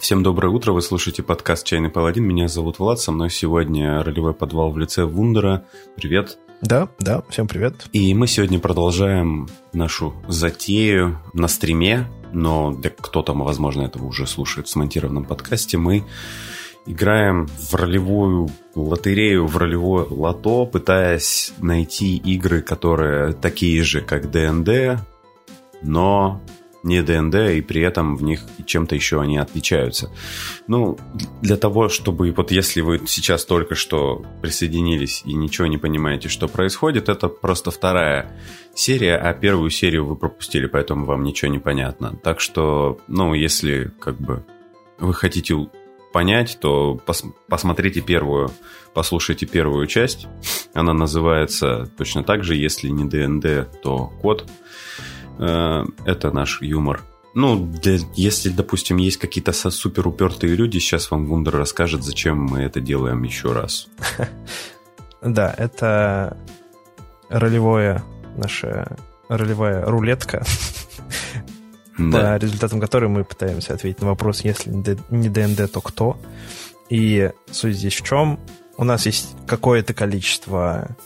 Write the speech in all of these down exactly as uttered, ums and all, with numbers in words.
Всем доброе утро, вы слушаете подкаст «Чайный паладин». Меня зовут Влад, со мной сегодня ролевой подвал в лице Вундера. Привет. Да, да, всем привет. И мы сегодня продолжаем нашу затею на стриме, но для кто-то, возможно, этого уже слушает в смонтированном подкасте. Мы играем в ролевую лотерею, в ролевое лото, пытаясь найти игры, которые такие же, как ди энд ди, но не ди энд ди, и при этом в них чем-то еще они отличаются. Ну, для того, чтобы... Вот если вы сейчас только что присоединились и ничего не понимаете, что происходит, это просто вторая серия, а первую серию вы пропустили, поэтому вам ничего не понятно. Так что, ну, если как бы вы хотите понять, то пос- посмотрите первую, послушайте первую часть. Она называется точно так же, если не ди энд ди, то код. Это наш юмор. Ну, для, если, допустим, есть какие-то супер упертые люди, сейчас вам Вундер расскажет, зачем мы это делаем еще раз. Да, это ролевое, наша ролевая рулетка, по результатам которой мы пытаемся ответить на вопрос, если не ди энд ди, то кто. И суть здесь в чем? У нас есть какое-то количество,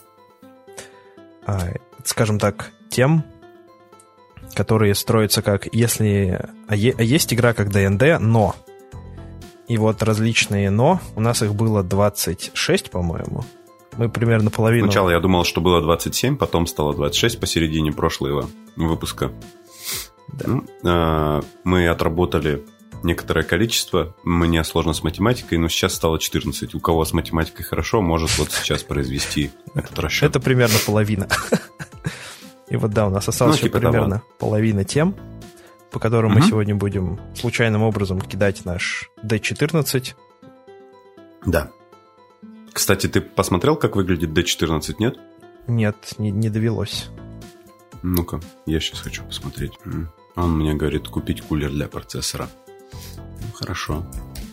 скажем так, тем, которые строятся как если... А, е, а есть игра как ди энд ди, но... И вот различные но. У нас их было двадцать шесть, по-моему. Мы примерно половину... Сначала я думал, что было двадцать семь, потом стало двадцать шесть посередине прошлого выпуска. Да. Ну, а, мы отработали некоторое количество. Мне сложно с математикой, но сейчас стало четырнадцать. У кого с математикой хорошо, может вот сейчас произвести этот расчет. Это примерно половина. И вот да, у нас осталось ну, типа примерно того. половина тем, по которым угу. мы сегодня будем случайным образом кидать наш ди четырнадцать. Да. Кстати, ты посмотрел, как выглядит ди четырнадцать, нет? Нет, не, не довелось. Ну-ка, я сейчас хочу посмотреть. Он мне говорит, купить кулер для процессора. Ну, хорошо.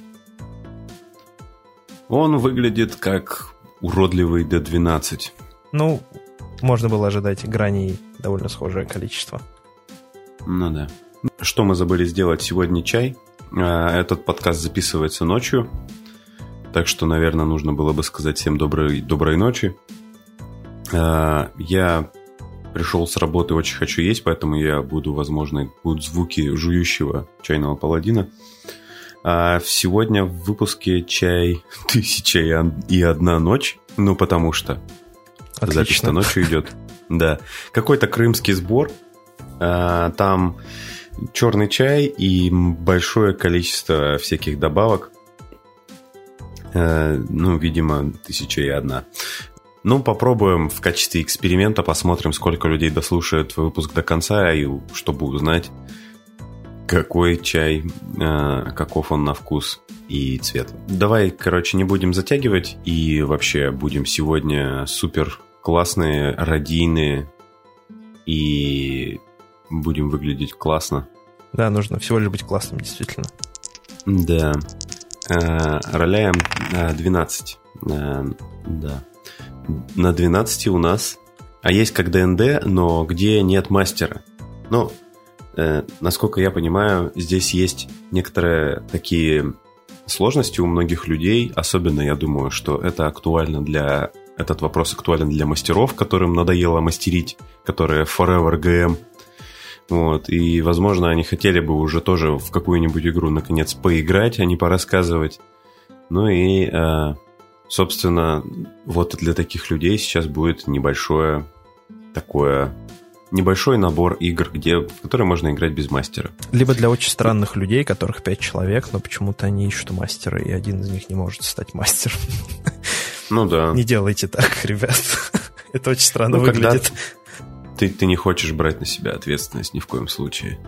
Он выглядит как уродливый ди двенадцать. Ну... Можно было ожидать граней довольно схожее количество. Ну да. Что мы забыли сделать сегодня? Чай. Этот подкаст записывается ночью. Так что, наверное, нужно было бы сказать всем доброй, доброй ночи. Я пришел с работы, очень хочу есть, поэтому я буду, возможно, будут звуки жующего чайного паладина. Сегодня в выпуске чай «Тысяча и одна ночь». Ну, потому что... Отлично. Запись-то ночью идет. Да. Какой-то крымский сбор. А, там черный чай и большое количество всяких добавок. А, ну, видимо, тысяча и одна. Ну, попробуем в качестве эксперимента, посмотрим, сколько людей дослушает выпуск до конца, и чтобы узнать, какой чай, а, каков он на вкус и цвет. Давай, короче, не будем затягивать, и вообще будем сегодня супер классные, радийные, и будем выглядеть классно. Да, нужно всего лишь быть классным, действительно. Да. А, роляем двенадцать. А, да. На двенадцати у нас... А есть как ди энд ди, но где нет мастера. Ну, э, насколько я понимаю, здесь есть некоторые такие сложности у многих людей. Особенно, я думаю, что это актуально для... Этот вопрос актуален для мастеров, которым надоело мастерить, которые forever джи эм. Вот. И, возможно, они хотели бы уже тоже в какую-нибудь игру, наконец, поиграть, а не порассказывать. Ну и, э, собственно, вот для таких людей сейчас будет небольшое такое... Небольшой набор игр, где, в которые можно играть без мастера. Либо для очень странных людей, которых пять человек, но почему-то они ищут мастера, и один из них не может стать мастером. Ну да. Не делайте так, ребят. Это очень странно ну, выглядит. Ты, ты не хочешь брать на себя ответственность ни в коем случае.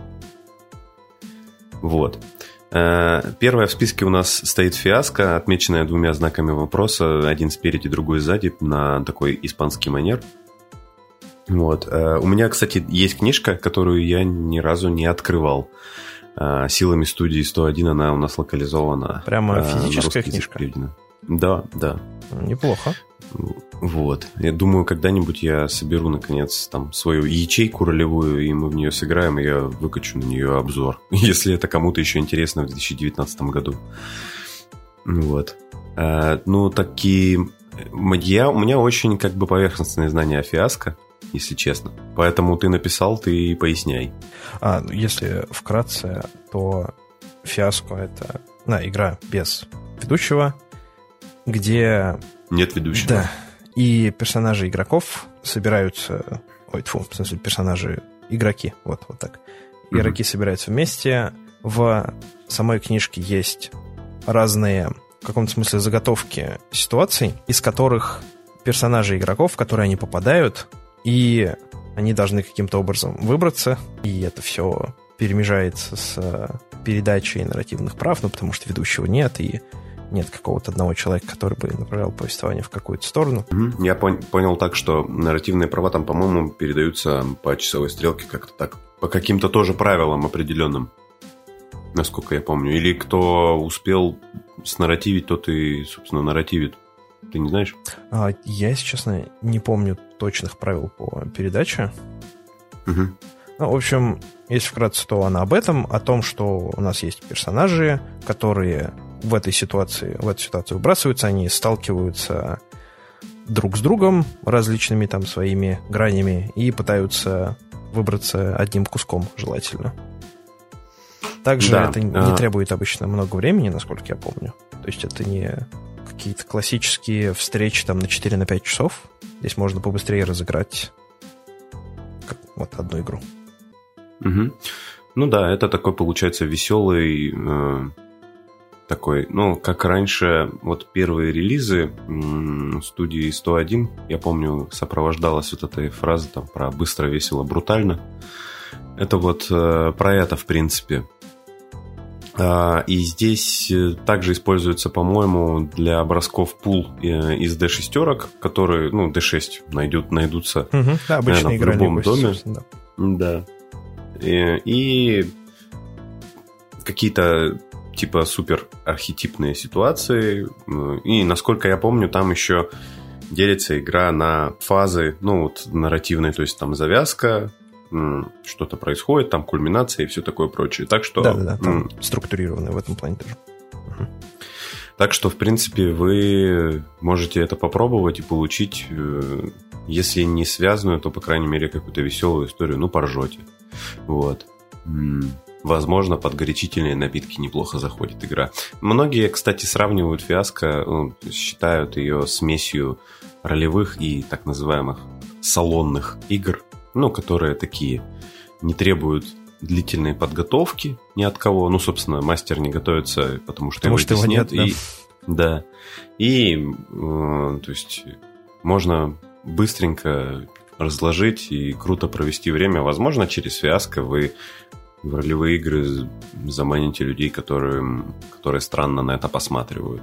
Вот. Первая в списке у нас стоит фиаско, отмеченная двумя знаками вопроса. Один спереди, другой сзади, на такой испанский манер. Вот. У меня, кстати, есть книжка, которую я ни разу не открывал. Силами студии сто один она у нас локализована. Прямо физическая книжка? Переведена. Да, да. Неплохо. Вот. Я думаю, когда-нибудь я соберу, наконец, там свою ячейку ролевую, и мы в нее сыграем, и я выкачу на нее обзор. Если это кому-то еще интересно в две тысячи девятнадцатом году. Вот. А, ну, такие... Я, у меня очень как бы поверхностные знания о Фиаско, если честно. Поэтому ты написал, ты и поясняй. А, если вкратце, то Фиаско — это да, игра без ведущего, где... Нет ведущего. Да. И персонажи игроков собираются... Ой, тьфу, в смысле, персонажи... Игроки, вот, вот так. Игроки mm-hmm. собираются вместе. В самой книжке есть разные, в каком-то смысле, заготовки ситуаций, из которых персонажи игроков, в которые они попадают, и они должны каким-то образом выбраться, и это все перемежается с передачей нарративных прав, ну, потому что ведущего нет, и нет какого-то одного человека, который бы направлял повествование в какую-то сторону. Mm-hmm. Я пон- понял так, что нарративные права там, по-моему, передаются по часовой стрелке как-то так, по каким-то тоже правилам определенным, насколько я помню. Или кто успел снарративить, тот и, собственно, нарративит. Ты не знаешь? А, я, если честно, не помню точных правил по передаче. Угу. Ну, в общем, если вкратце, то она об этом, о том, что у нас есть персонажи, которые в этой ситуации, в эту ситуацию выбрасываются, они сталкиваются друг с другом различными там своими гранями и пытаются выбраться одним куском, желательно. Также да, это не требует обычно много времени, насколько я помню. То есть это не какие-то классические встречи там на четыре на пять часов. Здесь можно побыстрее разыграть как, вот одну игру. Угу. Ну да, это такой, получается, веселый э, такой, ну, как раньше, вот первые релизы м- студии сто один, я помню, сопровождалась вот этой фразой там про быстро, весело, брутально. Это вот э, про это, в принципе. А, и здесь также используется, по-моему, для бросков пул из ди шесть, которые, ну, ди шесть найдут, найдутся угу, да, обычные наверное, в любом доме. Да. Да. И, и какие-то типа супер архетипные ситуации. И, насколько я помню, там еще делится игра на фазы, ну, вот нарративные, то есть там завязка, что-то происходит, там кульминация и все такое прочее. Так что... Да-да-да, там м- структурированное в этом плане тоже. Угу. Так что, в принципе, вы можете это попробовать и получить, если не связанную, то, по крайней мере, какую-то веселую историю, ну, поржете. Вот. Возможно, под горячительные напитки неплохо заходит игра. Многие, кстати, сравнивают Фиаско, ну, считают ее смесью ролевых и так называемых салонных игр, ну, которые такие не требуют длительной подготовки ни от кого. Ну, собственно, мастер не готовится, потому что потому его что здесь его нет. нет, и, да. И, э, то есть, можно быстренько разложить и круто провести время. Возможно, через Фиаско вы в ролевые игры заманите людей, которые, которые странно на это посматривают.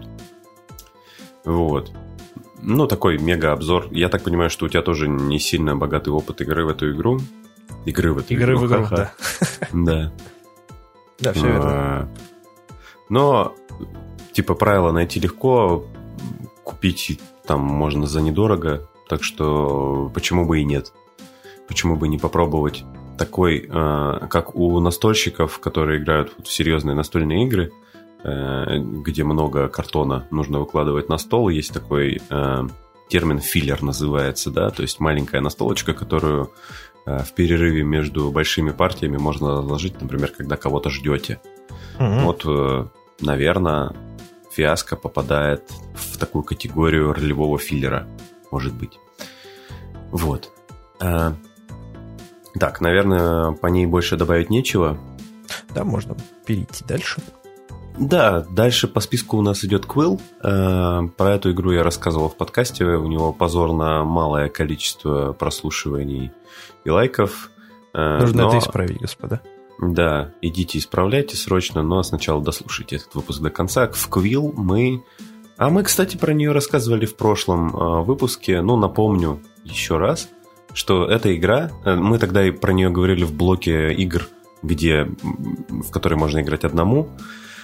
Вот. Ну, такой мега-обзор. Я так понимаю, что у тебя тоже не сильно богатый опыт игры в эту игру. Игры в эту игры игру. в игру, да. Да. Да, все верно. Но, типа, правила найти легко, купить там можно за недорого, так что почему бы и нет? Почему бы не попробовать такой, как у настольщиков, которые играют в серьезные настольные игры, где много картона нужно выкладывать на стол. Есть такой э, термин филлер называется, да, то есть маленькая настолочка, которую э, в перерыве между большими партиями можно разложить, например, когда кого-то ждете. Mm-hmm. Вот, э, наверное, Фиаско попадает в такую категорию ролевого филлера, может быть. Вот. Э, так, наверное, по ней больше добавить нечего. Да, можно перейти дальше. Да, дальше по списку у нас идет Quill. Про эту игру я рассказывал в подкасте. У него позорно малое количество прослушиваний и лайков. Нужно но... это исправить, господа. Да, идите исправляйте срочно, но сначала дослушайте этот выпуск до конца. В Quill мы... А мы, кстати, про нее рассказывали в прошлом выпуске. Ну, напомню еще раз, что эта игра... Мы тогда и про нее говорили в блоке игр, где... в которой можно играть одному.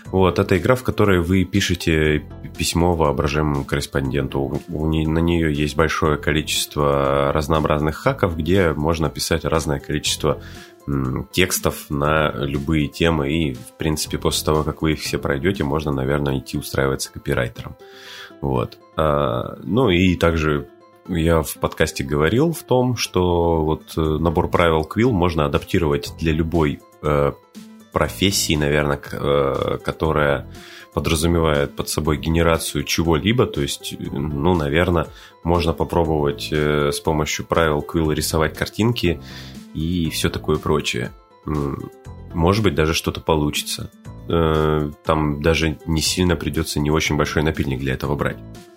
Вот, это игра, в которой вы пишете письмо воображаемому корреспонденту. У не, на нее есть большое количество разнообразных хаков, где можно писать разное количество м, текстов на любые темы. И, в принципе, после того, как вы их все пройдете, можно, наверное, идти устраиваться копирайтером. Вот. А, ну и также я в подкасте говорил в том, что вот набор правил Quill можно адаптировать для любой э, профессии, наверное, которая подразумевает под собой генерацию чего-либо. То есть, ну, наверное, можно попробовать с помощью правил Quill рисовать картинки и все такое прочее. Может быть, даже что-то получится. Там даже не сильно придется не очень большой напильник для этого брать.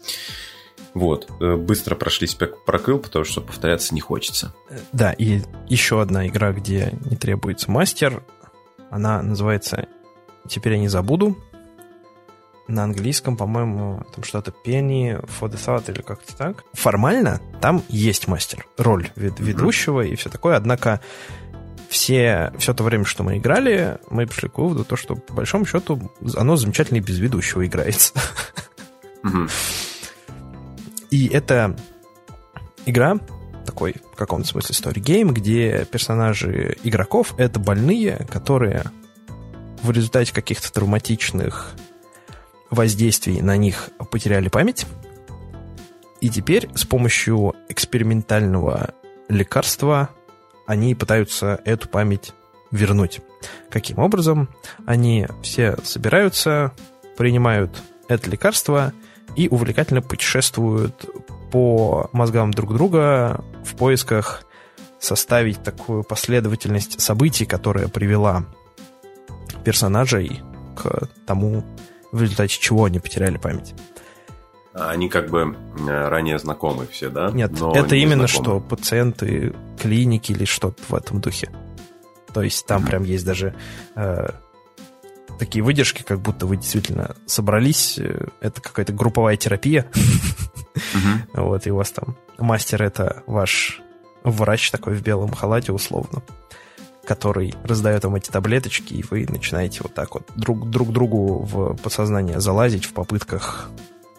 Вот. Быстро прошлись про Quill, потому что повторяться не хочется. Да, и еще одна игра, где не требуется мастер. Она называется «Теперь я не забуду». На английском, по-моему, там что-то «Penny for the Thought» или как-то так. Формально там есть мастер, роль ведущего mm-hmm. и все такое. Однако все, все то время, что мы играли, мы пришли к выводу, то, что по большому счету оно замечательно и без ведущего играется. Mm-hmm. И это игра... такой, в каком-то смысле, story-гейм, где персонажи игроков — это больные, которые в результате каких-то травматичных воздействий на них потеряли память, и теперь с помощью экспериментального лекарства они пытаются эту память вернуть. Каким образом? Они все собираются, принимают это лекарство и увлекательно путешествуют по мозгам друг друга в поисках составить такую последовательность событий, которая привела персонажей к тому, в результате чего они потеряли память. Они как бы ранее знакомы все, да? Нет, но это именно знакомы. Что пациенты клиники или что-то в этом духе. То есть там mm-hmm. прям есть даже э, такие выдержки, как будто вы действительно собрались. Это какая-то групповая терапия. Mm-hmm. Вот, и у вас там мастер — это ваш врач такой в белом халате условно, который раздает вам эти таблеточки, и вы начинаете вот так вот друг, друг другу в подсознание залазить в попытках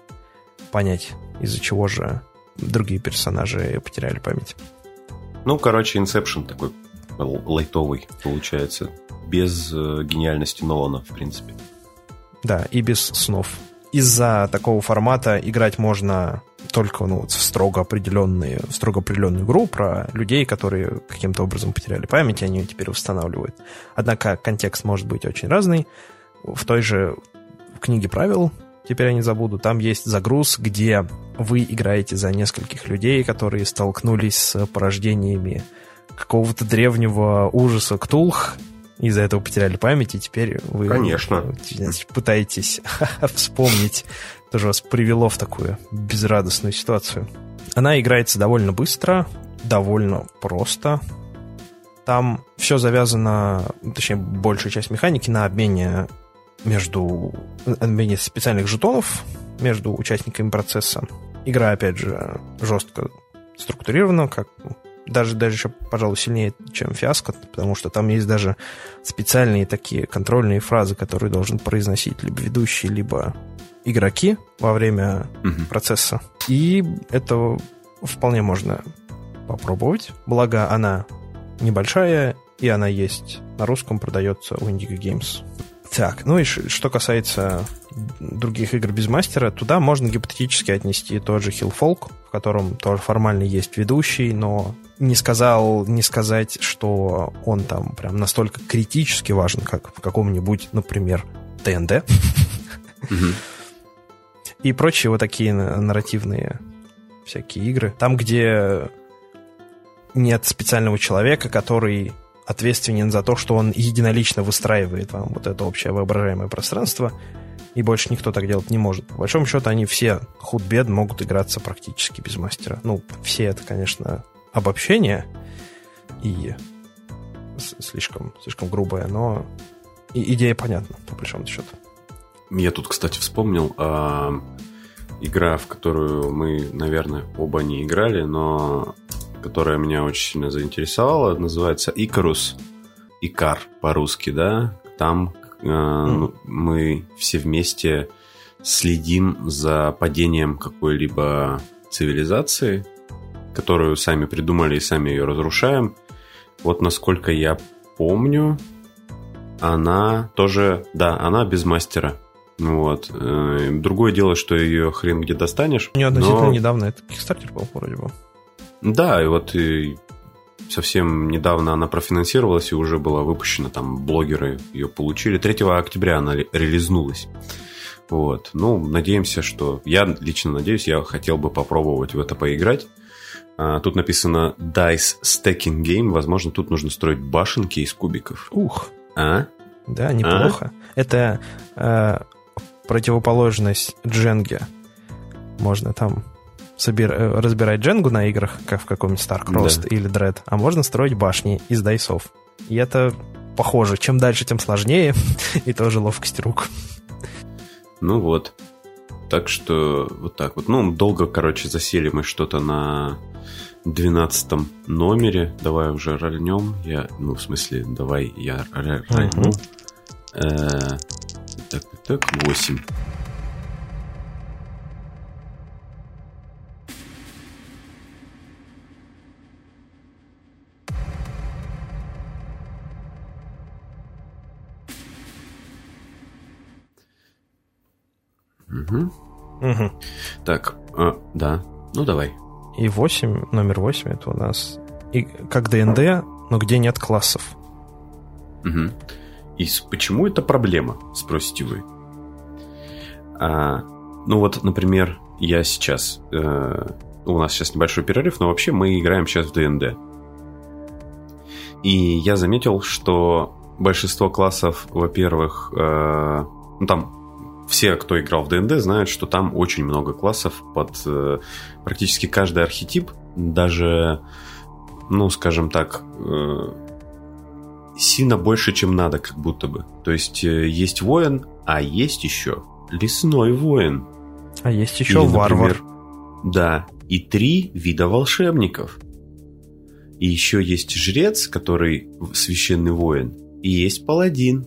понять, из-за чего же другие персонажи потеряли память. Ну, короче, Inception такой лайтовый получается, без гениальности Нолана, в принципе. Да, и без снов. Из-за такого формата играть можно только ну, в строго определенные, в строго определенную игру про людей, которые каким-то образом потеряли память, и они ее теперь восстанавливают. Однако контекст может быть очень разный. В той же книге правил, теперь я не забуду, там есть загруз, где вы играете за нескольких людей, которые столкнулись с порождениями какого-то древнего ужаса Ктулх, из-за этого потеряли память, и теперь вы Конечно. пытаетесь вспомнить, что же вас привело в такую безрадостную ситуацию. Она играется довольно быстро, довольно просто. Там все завязано, точнее, большая часть механики на обмене между обмене специальных жетонов между участниками процесса. Игра, опять же, жестко структурирована, как даже, даже еще, пожалуй, сильнее, чем Фиаско, потому что там есть даже специальные такие контрольные фразы, которые должен произносить либо ведущие, либо игроки во время mm-hmm. процесса. И это вполне можно попробовать. Благо, она небольшая, и она есть на русском, продается у Indigo Games. Так, ну и что касается других игр без мастера, туда можно гипотетически отнести тот же Hillfolk, в котором тоже формально есть ведущий, но не сказал, не сказать, что он там прям настолько критически важен, как в каком-нибудь, например, Ди энд Ди. Mm-hmm. И прочие вот такие нарративные всякие игры. Там, где нет специального человека, который ответственен за то, что он единолично выстраивает вам вот это общее воображаемое пространство, и больше никто так делать не может. По большому счету, они все худ-бед могут играться практически без мастера. Ну, все это, конечно, обобщение и слишком, слишком грубое, но и идея понятна, по большому счету. Я тут, кстати, вспомнил э, игра, в которую мы, наверное, оба не играли, но которая меня очень сильно заинтересовала, называется Икарус. Икар по-русски, да? Там Mm. Мы все вместе следим за падением какой-либо цивилизации, которую сами придумали и сами ее разрушаем. Вот насколько я помню, она тоже, да, она без мастера. Вот. Другое дело, что ее хрен где достанешь. У нее относительно но... недавно это Kickstarter был, вроде бы. Да, и вот и совсем недавно она профинансировалась и уже была выпущена, там блогеры ее получили. третьего октября она релизнулась. Вот. Ну, надеемся, что... Я лично надеюсь, я хотел бы попробовать в это поиграть. А, тут написано Dice Stacking Game. Возможно, тут нужно строить башенки из кубиков. Ух. А? Да, неплохо. А? Это э, противоположность Дженге. Можно там собир... разбирать Дженгу на играх, как в каком-нибудь StarCrossed да. или Dread, а можно строить башни из дайсов. И это похоже. Чем дальше, тем сложнее. И тоже ловкость рук. Ну вот. Так что вот так вот. Ну, долго, короче, засели мы что-то на двенадцатом номере. Давай уже рольнем. Я, ну, в смысле, давай я рольну. Uh-huh. Э-э- так, так, так, восемь. Угу. Угу. Так, э, да, ну давай. И восемь, номер восемь, это у нас и, как ДНД, но где нет классов. Угу. И почему это проблема, спросите вы? А, ну вот, например, я сейчас... Э, у нас сейчас небольшой перерыв, но вообще мы играем сейчас в ДНД. И я заметил, что большинство классов, во-первых, э, ну там... Все, кто играл в ДНД, знают, что там очень много классов под э, практически каждый архетип, даже, ну, скажем так, э, сильно больше, чем надо, как будто бы. То есть э, есть воин, а есть еще лесной воин. А есть еще Или, варвар. например, да, и три вида волшебников. И еще есть жрец, который священный воин, и есть паладин.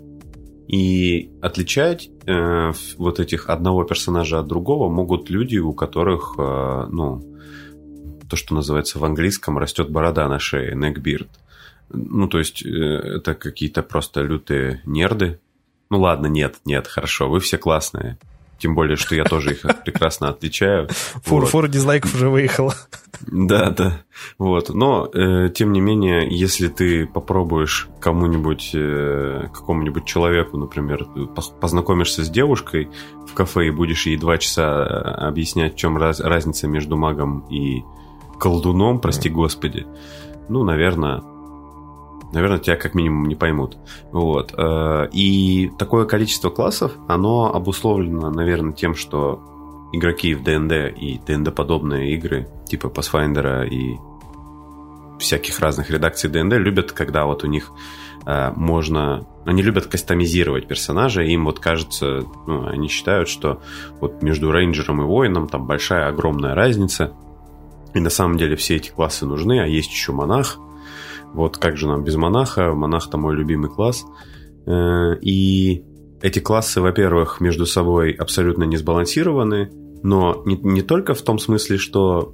И отличать э, вот этих одного персонажа от другого могут люди, у которых, э, ну, то, что называется в английском, растет борода на шее, neckbeard. Ну, то есть, э, это какие-то просто лютые нерды. Ну, ладно, нет, нет, хорошо, вы все классные. Тем более, что я тоже их прекрасно отличаю. Фур, вот. Фура дизлайков уже выехала. Да, да. Вот. Но, э, тем не менее, если ты попробуешь кому-нибудь, э, какому-нибудь человеку, например, познакомишься с девушкой в кафе и будешь ей два часа объяснять, в чем раз, разница между магом и колдуном, прости господи, ну, наверное... Наверное, тебя как минимум не поймут. Вот. И такое количество классов, оно обусловлено, наверное, тем, что игроки в ДНД и ДНД-подобные игры, типа Pathfinder и всяких разных редакций ДНД, любят, когда вот у них можно... Они любят кастомизировать персонажа, и им вот кажется, ну, они считают, что вот между рейнджером и воином там большая, огромная разница. И на самом деле все эти классы нужны, а есть еще монах. Вот как же нам без монаха? Монах-то мой любимый класс. И эти классы, во-первых, между собой абсолютно не сбалансированы, но не, не только в том смысле, что,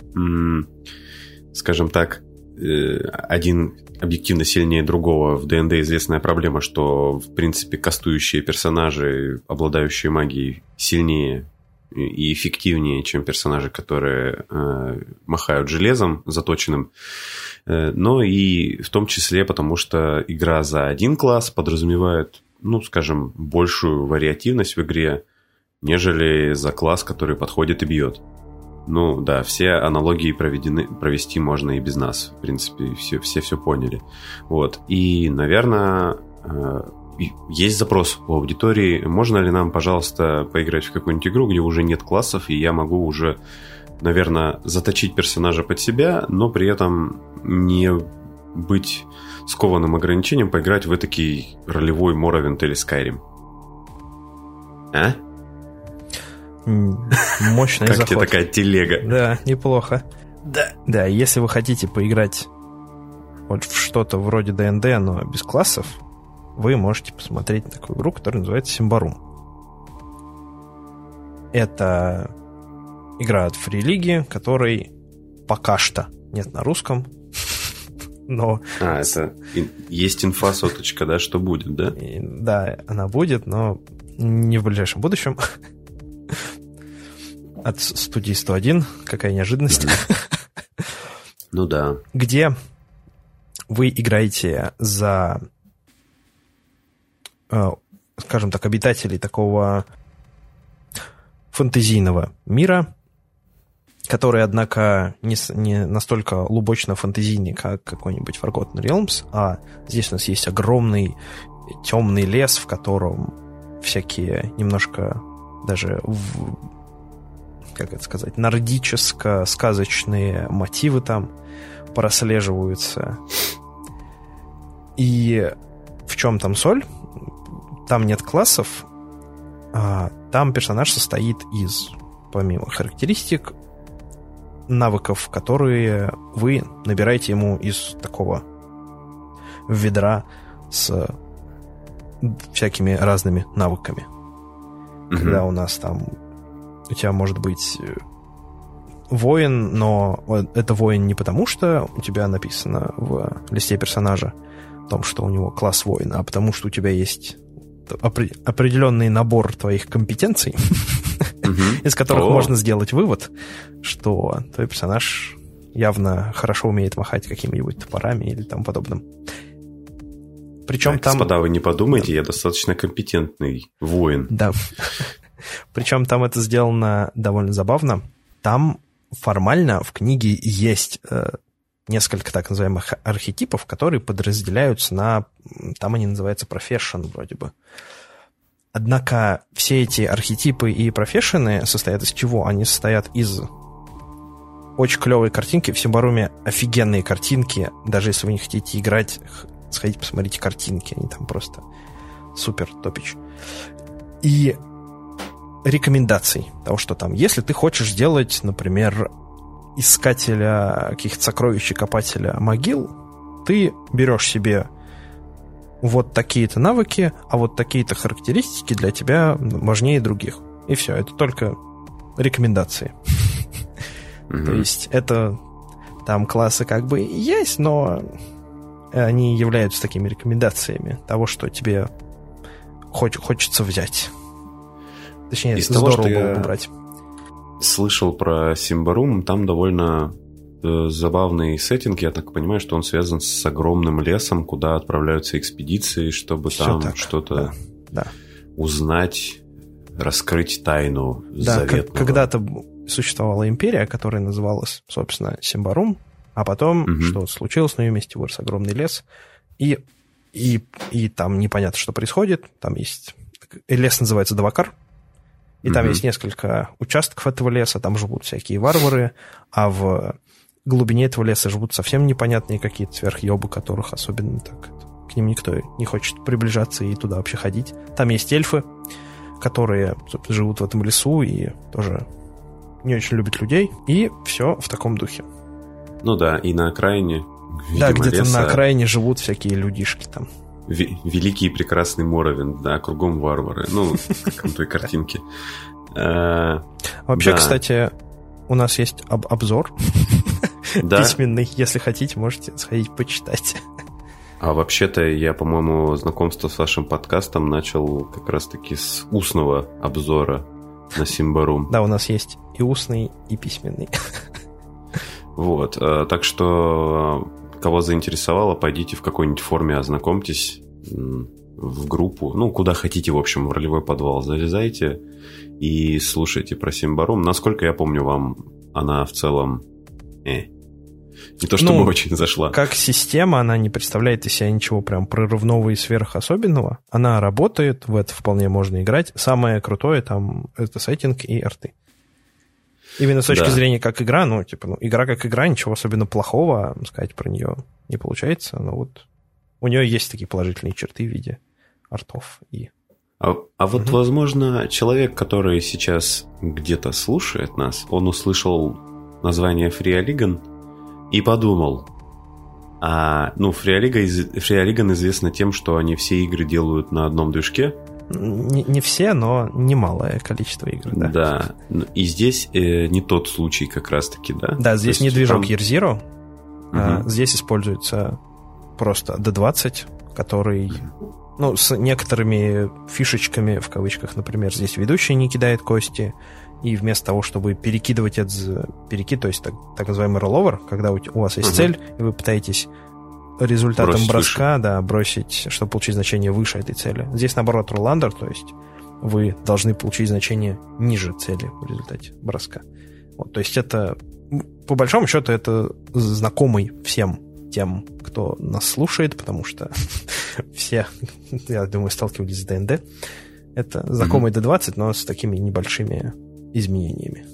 скажем так, один объективно сильнее другого. В ДНД известная проблема, что, в принципе, кастующие персонажи, обладающие магией, сильнее и эффективнее, чем персонажи, которые э, махают железом заточенным. Э, но и в том числе потому, что игра за один класс подразумевает, ну, скажем, большую вариативность в игре, нежели за класс, который подходит и бьет. Ну, да, все аналогии проведены, провести можно и без нас. В принципе, все все, все поняли. Вот. И, наверное... Э, есть запрос у аудитории, можно ли нам, пожалуйста, поиграть в какую-нибудь игру, где уже нет классов, и я могу уже, наверное, заточить персонажа под себя, но при этом не быть скованным ограничением, поиграть в этакий ролевой Morrowind или Skyrim. А? Мощный заход. Как тебе такая телега? Да, неплохо. Да. Да, если вы хотите поиграть вот в что-то вроде ДНД, но без классов, вы можете посмотреть на такую игру, которая называется Symbaroum. Это игра от Free League, которой пока что нет на русском, но... А, это есть инфа соточка, да, что будет, да? И, да, она будет, но не в ближайшем будущем. От студии сто один, какая неожиданность. Ну да. Где вы играете за, скажем так, обитателей такого фэнтезийного мира, который, однако, не, не настолько лубочно фэнтезийный, как какой-нибудь Forgotten Realms, а здесь у нас есть огромный темный лес, в котором всякие немножко даже, в, как это сказать, нордическо-сказочные мотивы там прослеживаются. И в чем там соль? Там нет классов, а там персонаж состоит из, помимо характеристик, навыков, которые вы набираете ему из такого ведра с всякими разными навыками. Mm-hmm. Когда у нас там у тебя может быть воин, но это воин не потому, что у тебя написано в листе персонажа о том, что у него класс воина, а потому что у тебя есть определенный набор твоих компетенций, mm-hmm. из которых oh. можно сделать вывод, что твой персонаж явно хорошо умеет махать какими-нибудь топорами или тому подобным. Причем так, там... Господа, вы не подумайте, я достаточно компетентный воин. Да. Причем там это сделано довольно забавно. Там формально в книге есть э, несколько так называемых архетипов, которые подразделяются на... Там они называются профессион вроде бы. Однако все эти архетипы и профессионы состоят из чего? Они состоят из очень клевой картинки. В Symbaroum офигенные картинки. Даже если вы не хотите играть, сходите, посмотрите картинки. Они там просто супер топич. И рекомендаций того, что там. Если ты хочешь сделать, например, искателя каких-то сокровищ и копателя могил, ты берешь себе вот такие-то навыки, а вот такие-то характеристики для тебя важнее других. И все, это только рекомендации. Mm-hmm. То есть это там классы как бы есть, но они являются такими рекомендациями того, что тебе хоч- хочется взять. Точнее, из здорово того, что было я бы брать. Слышал про Symbaroum, там довольно э, забавный сеттинг. Я так понимаю, что он связан с огромным лесом, куда отправляются экспедиции, чтобы Все там так. что-то да. Да. узнать, раскрыть тайну да, заветного. Как, когда-то существовала империя, которая называлась, собственно, Symbaroum, а потом угу. что случилось, на ее месте вырос огромный лес, и, и, и там непонятно, что происходит. Там есть... Лес называется Давакар, и там mm-hmm. есть несколько участков этого леса, там живут всякие варвары, а в глубине этого леса живут совсем непонятные какие-то сверхъебы, которых особенно так... К ним никто не хочет приближаться и туда вообще ходить. Там есть эльфы, которые живут в этом лесу и тоже не очень любят людей, и все в таком духе. Ну да, и на окраине, видимо, да, где-то леса... на окраине живут всякие людишки там. Великий и прекрасный Моровинд, да, кругом варвары. Ну, как на той картинке. Вообще, кстати, у нас есть обзор письменный. Если хотите, можете сходить почитать. А вообще-то я, по-моему, знакомство с вашим подкастом начал как раз-таки с устного обзора на Symbaroum. Да, у нас есть и устный, и письменный. Вот, так что... Кого заинтересовало, пойдите в какой-нибудь форме, ознакомьтесь в группу. Ну, куда хотите, в общем, в ролевой подвал залезайте и слушайте про Symbaroum. Насколько я помню, вам она в целом э, не то чтобы ну, очень зашла. Как система, она не представляет из себя ничего прям прорывного и сверхособенного. Она работает, в это вполне можно играть. Самое крутое там это сеттинг и арты. Именно с точки да. зрения как игра, ну, типа, ну, игра как игра, ничего особенно плохого сказать про нее не получается, но вот у нее есть такие положительные черты в виде артов. И... А, а вот, угу. возможно, человек, который сейчас где-то слушает нас, он услышал название Free League и подумал, А, ну, FreeOligan известна тем, что они все игры делают на одном движке. Не, не все, но немалое количество игр, да. Да, и здесь э, не тот случай как раз-таки, да? Да, здесь не движок там... Year Zero, угу. а здесь используется просто ди двадцать, который, ну, с некоторыми фишечками, в кавычках, например, здесь ведущий не кидает кости, и вместо того, чтобы перекидывать это, перекид, то есть так, так называемый rollover, когда у, у вас есть угу. цель, и вы пытаетесь результатом бросить броска, выше. да, бросить, чтобы получить значение выше этой цели. Здесь, наоборот, roll-under, то есть вы должны получить значение ниже цели в результате броска. Вот, то есть это, по большому счету, это знакомый всем тем, кто нас слушает, потому что все, я думаю, сталкивались с ди энд ди. Это знакомый ди двадцать, но с такими небольшими изменениями.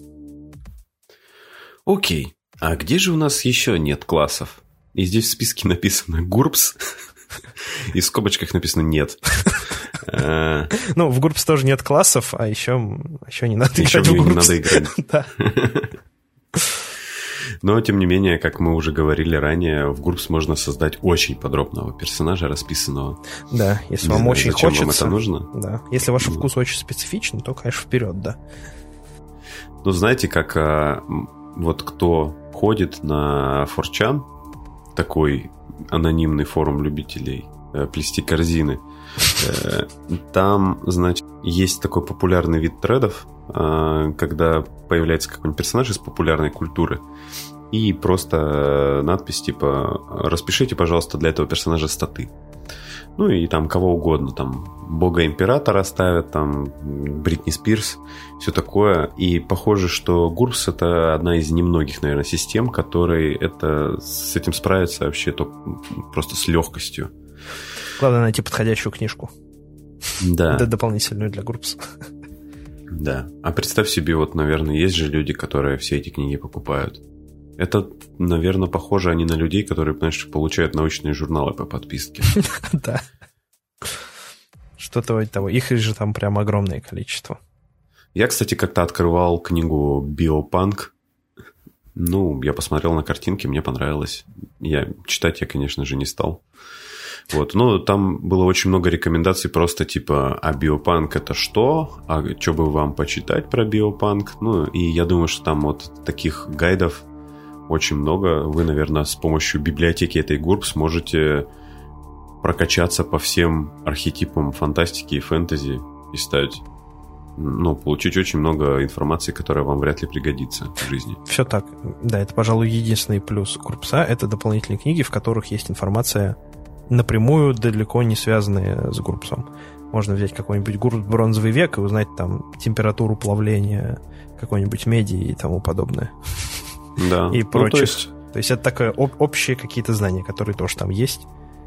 Окей. А где же у нас еще нет классов? И здесь в списке написано гурпс, и в скобочках написано «нет». Ну, в гурпс тоже нет классов, а еще не надо играть в гурпс. Еще не надо играть. Но, тем не менее, как мы уже говорили ранее, в гурпс можно создать очень подробного персонажа, расписанного. Да, если вам очень хочется. Зачем вам это нужно? Да, если ваш вкус очень специфичный, то, конечно, вперед, да. Ну, знаете, как вот кто ходит на фор чан, такой анонимный форум любителей э, плести корзины. Э, там, значит, есть такой популярный вид тредов, э, когда появляется какой-нибудь персонаж из популярной культуры, и просто надпись типа «Распишите, пожалуйста, для этого персонажа статы». Ну и там кого угодно, там Бога Императора ставят, там Бритни Спирс, все такое. И похоже, что гурпс — это одна из немногих, наверное, систем, которые это, с этим справятся вообще то, просто с легкостью. Главное найти подходящую книжку. Да. Это дополнительную для гурпса. Да. А представь себе, вот, наверное, есть же люди, которые все эти книги покупают. Это, наверное, похоже они на людей, которые, знаешь, получают научные журналы по подписке. Да. Что-то вроде того. Их же там прям огромное количество. Я, кстати, как-то открывал книгу «Биопанк». Ну, я посмотрел на картинки, мне понравилось. Я читать я, конечно же, не стал. Вот. Но там было очень много рекомендаций просто типа «А биопанк это что? А что бы вам почитать про биопанк?» Ну, и я думаю, что там вот таких гайдов очень много. Вы, наверное, с помощью библиотеки этой гурп сможете прокачаться по всем архетипам фантастики и фэнтези и стать, ну, получить очень много информации, которая вам вряд ли пригодится в жизни. Все так. Да, это, пожалуй, единственный плюс гурпса. Это дополнительные книги, в которых есть информация напрямую, далеко не связанная с гурпсом. Можно взять какой-нибудь гурпс «Бронзовый век» и узнать там температуру плавления какой-нибудь меди и тому подобное. Да. И ну, прочих. То есть... то есть это такое об- общие какие-то знания, которые тоже там есть.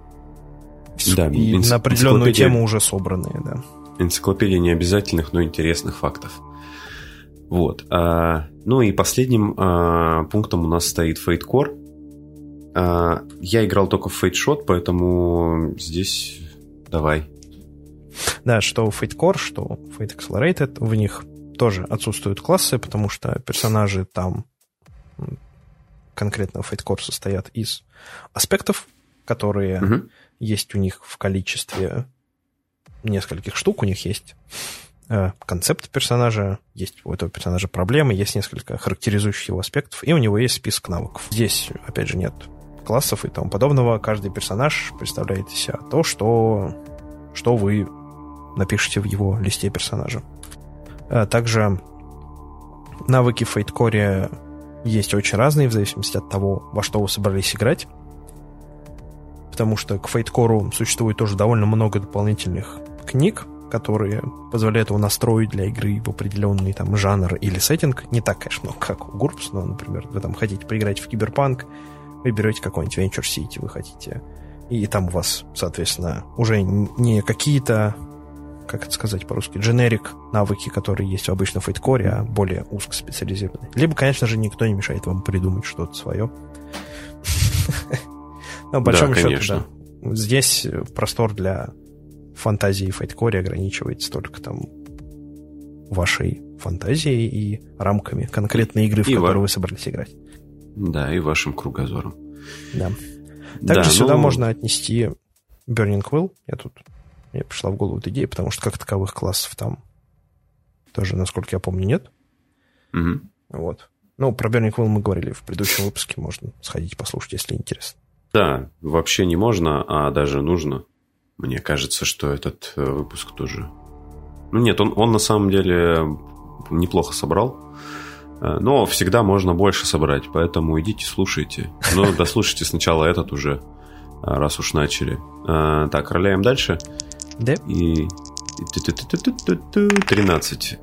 Да, и энци... на определенную тему уже собранные, да. Энциклопедия необязательных, но интересных фактов. Вот. А, ну и последним а, пунктом у нас стоит Fate Core. А, я играл только в Fate Shot, поэтому здесь давай. Да, что Fate Core, что Fate Accelerated, в них тоже отсутствуют классы, потому что персонажи там конкретно в Fate Core состоят из аспектов, которые угу. есть у них в количестве нескольких штук. У них есть э, концепт персонажа, есть у этого персонажа проблемы, есть несколько характеризующих его аспектов, и у него есть список навыков. Здесь, опять же, нет классов и тому подобного. Каждый персонаж представляет из себя то, что, что вы напишите в его листе персонажа. А также навыки в Fate Core есть очень разные, в зависимости от того, во что вы собрались играть. Потому что к Fate Core существует тоже довольно много дополнительных книг, которые позволяют его настроить для игры в определенный там жанр или сеттинг. Не так, конечно, много, как у гурпс, но, например, вы там хотите поиграть в Киберпанк, вы берете какой-нибудь Venture City, вы хотите, и там у вас, соответственно, уже не какие-то, как это сказать по-русски, generic навыки, которые есть в обычном Fate Core, а более узкоспециализированные. Либо, конечно же, никто не мешает вам придумать что-то свое. Но, по большому счету, да. Здесь простор для фантазии Fate Core ограничивается только там вашей фантазией и рамками конкретной игры, в которую вы собрались играть. Да, и вашим кругозором. Да. Также да, сюда ну... можно отнести Burning Quill. Я тут, мне пришла в голову эта идея, потому что как таковых классов там тоже, насколько я помню, нет. Угу. Вот. Ну, про Burning Quill мы говорили в предыдущем выпуске, можно сходить послушать, если интересно. Да, вообще не можно, а даже нужно. Мне кажется, что этот выпуск тоже... Ну нет, он, он на самом деле неплохо собрал. Но всегда можно больше собрать, поэтому идите, слушайте. Но дослушайте сначала этот уже, раз уж начали. Так, роляем дальше. Да. И... тринадцать.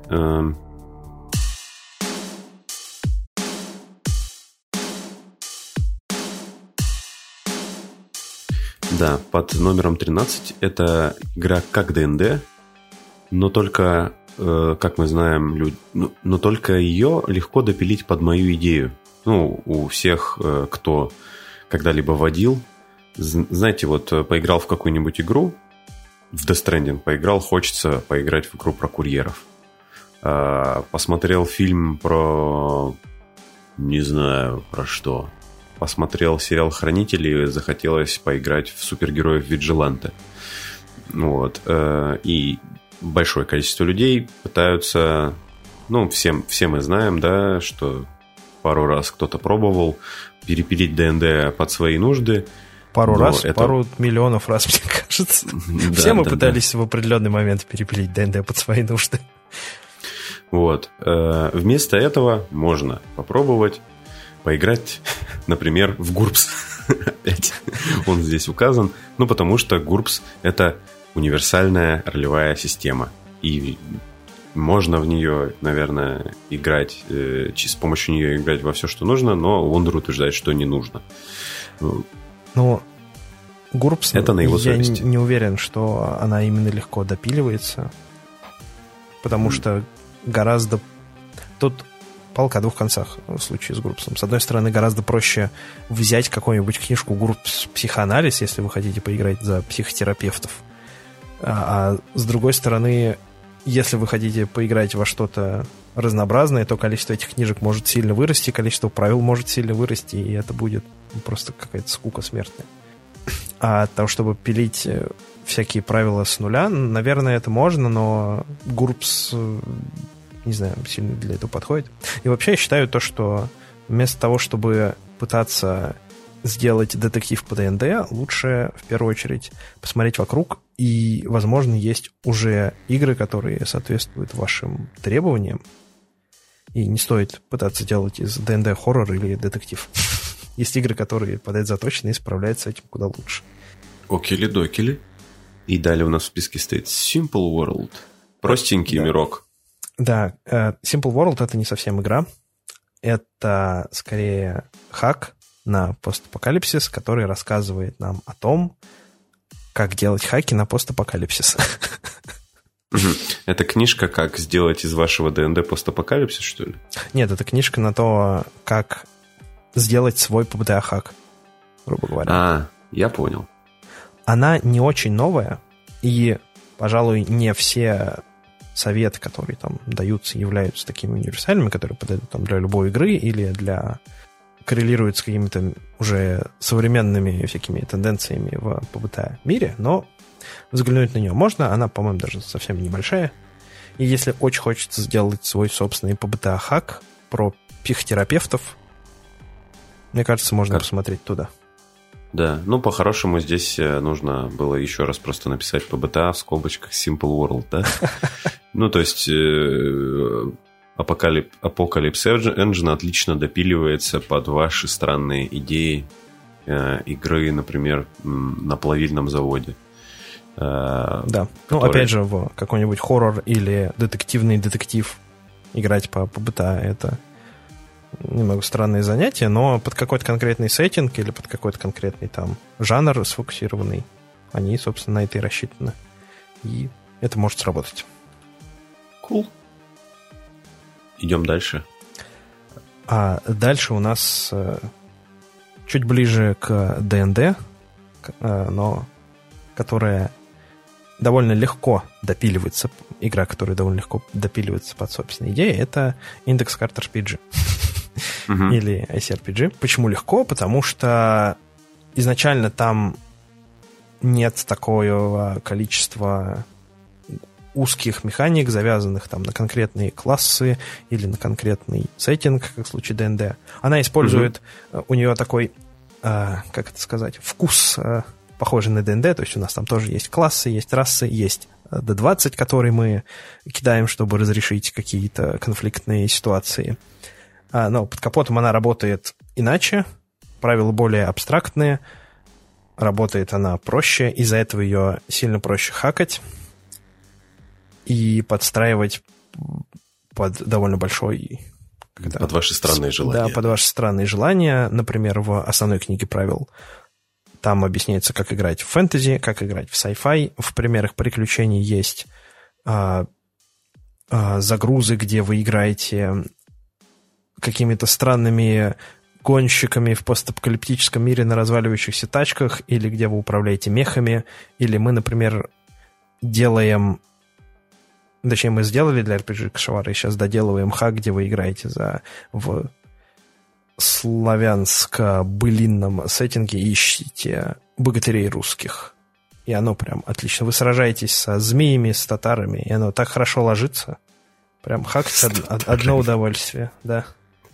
Да, под номером тринадцать это игра как ди энд ди, но только, э, как мы знаем, люд... но, но только ее легко допилить под мою идею. Ну, у всех, э, кто когда-либо водил, знаете, вот поиграл в какую-нибудь игру, в Death Stranding поиграл, хочется поиграть в игру про курьеров. Э, посмотрел фильм про... не знаю, про что... Посмотрел сериал «Хранители», захотелось поиграть в супергероев Виджиланте. Вот. И большое количество людей пытаются... Ну, всем, все мы знаем, да, что пару раз кто-то пробовал перепилить ди энд ди под свои нужды. Пару раз, это... пару миллионов раз, мне кажется. Да, все мы да, пытались да. в определенный момент перепилить ди энд ди под свои нужды. Вот. Вместо этого можно попробовать поиграть, например, в гурпс. Опять он здесь указан. Ну, потому что гурпс — это универсальная ролевая система. И можно в нее, наверное, играть, э, с помощью нее играть во все, что нужно, но Вондер утверждает, что не нужно. Ну, гурпс, это на его совести. Я не уверен, что она именно легко допиливается, потому mm. что гораздо... Тут палка о двух концах в случае с гурпсом. С одной стороны, гораздо проще взять какую-нибудь книжку «Гурпс психоанализ», если вы хотите поиграть за психотерапевтов. А, а с другой стороны, если вы хотите поиграть во что-то разнообразное, то количество этих книжек может сильно вырасти, количество правил может сильно вырасти, и это будет просто какая-то скука смертная. А от того, чтобы пилить всякие правила с нуля, наверное, это можно, но гурпс... не знаю, сильно для этого подходит. И вообще я считаю то, что вместо того, чтобы пытаться сделать детектив по ди энд ди, лучше в первую очередь посмотреть вокруг, и, возможно, есть уже игры, которые соответствуют вашим требованиям, и не стоит пытаться делать из ди энд ди хоррор или детектив. Есть игры, которые под это заточены и справляются с этим куда лучше. Окили-докили. И далее у нас в списке стоит Simple World. Простенький да. мирок. Да, Simple World — это не совсем игра. Это скорее хак на постапокалипсис, который рассказывает нам о том, как делать хаки на постапокалипсис. Это книжка «Как сделать из вашего ди энд ди постапокалипсис», что ли? Нет, это книжка на то, как сделать свой пи би ти-хак, грубо говоря. А, я понял. Она не очень новая, и, пожалуй, не все... советы, которые там даются, являются такими универсальными, которые подойдут там для любой игры или для коррелируют с какими-то уже современными всякими тенденциями в пи би ти мире, но взглянуть на нее можно, она, по-моему, даже совсем небольшая. И если очень хочется сделать свой собственный пи би ти-хак про психотерапевтов, мне кажется, можно как? посмотреть туда. Да, ну, по-хорошему здесь нужно было еще раз просто написать пи би ти в скобочках Simple World, да? Ну, то есть Apocalypse Engine отлично допиливается под ваши странные идеи игры, например, на плавильном заводе. Да, который... ну, опять же, в какой-нибудь хоррор или детективный детектив играть по пи би ти — это... немного странные занятия, но под какой-то конкретный сеттинг или под какой-то конкретный там жанр сфокусированный, они, собственно, на это и рассчитаны. И это может сработать. Cool. Идем дальше. А дальше у нас э, чуть ближе к ди энд ди, э, но которая довольно легко допиливается, игра, которая довольно легко допиливается под собственные идеи, это Index Card ар пи джи. Uh-huh. Или ай си ар пи джи. Почему легко? Потому что изначально там нет такого количества узких механик, завязанных там на конкретные классы или на конкретный сеттинг, как в случае ди эн ди. Она использует, mm-hmm. у нее такой, э, как это сказать, вкус, э, похожий на ди эн ди, то есть у нас там тоже есть классы, есть расы, есть ди двадцать, который мы кидаем, чтобы разрешить какие-то конфликтные ситуации. А, но под капотом она работает иначе, правила более абстрактные, работает она проще, из-за этого ее сильно проще хакать и подстраивать под довольно большой... Когда, под ваши странные желания. Да, под ваши странные желания. Например, в основной книге правил там объясняется, как играть в фэнтези, как играть в sci-fi. В примерах приключений есть а, а, загрузы, где вы играете какими-то странными гонщиками в постапокалиптическом мире на разваливающихся тачках, или где вы управляете мехами, или мы, например, делаем... Точнее, мы сделали для эр пи джи Кашевара и сейчас доделываем хак, где вы играете за в славянско-былинном сеттинге и ищите богатырей русских. И оно прям отлично. Вы сражаетесь со змеями, с татарами, и оно так хорошо ложится. Прям хак – одно удовольствие, да.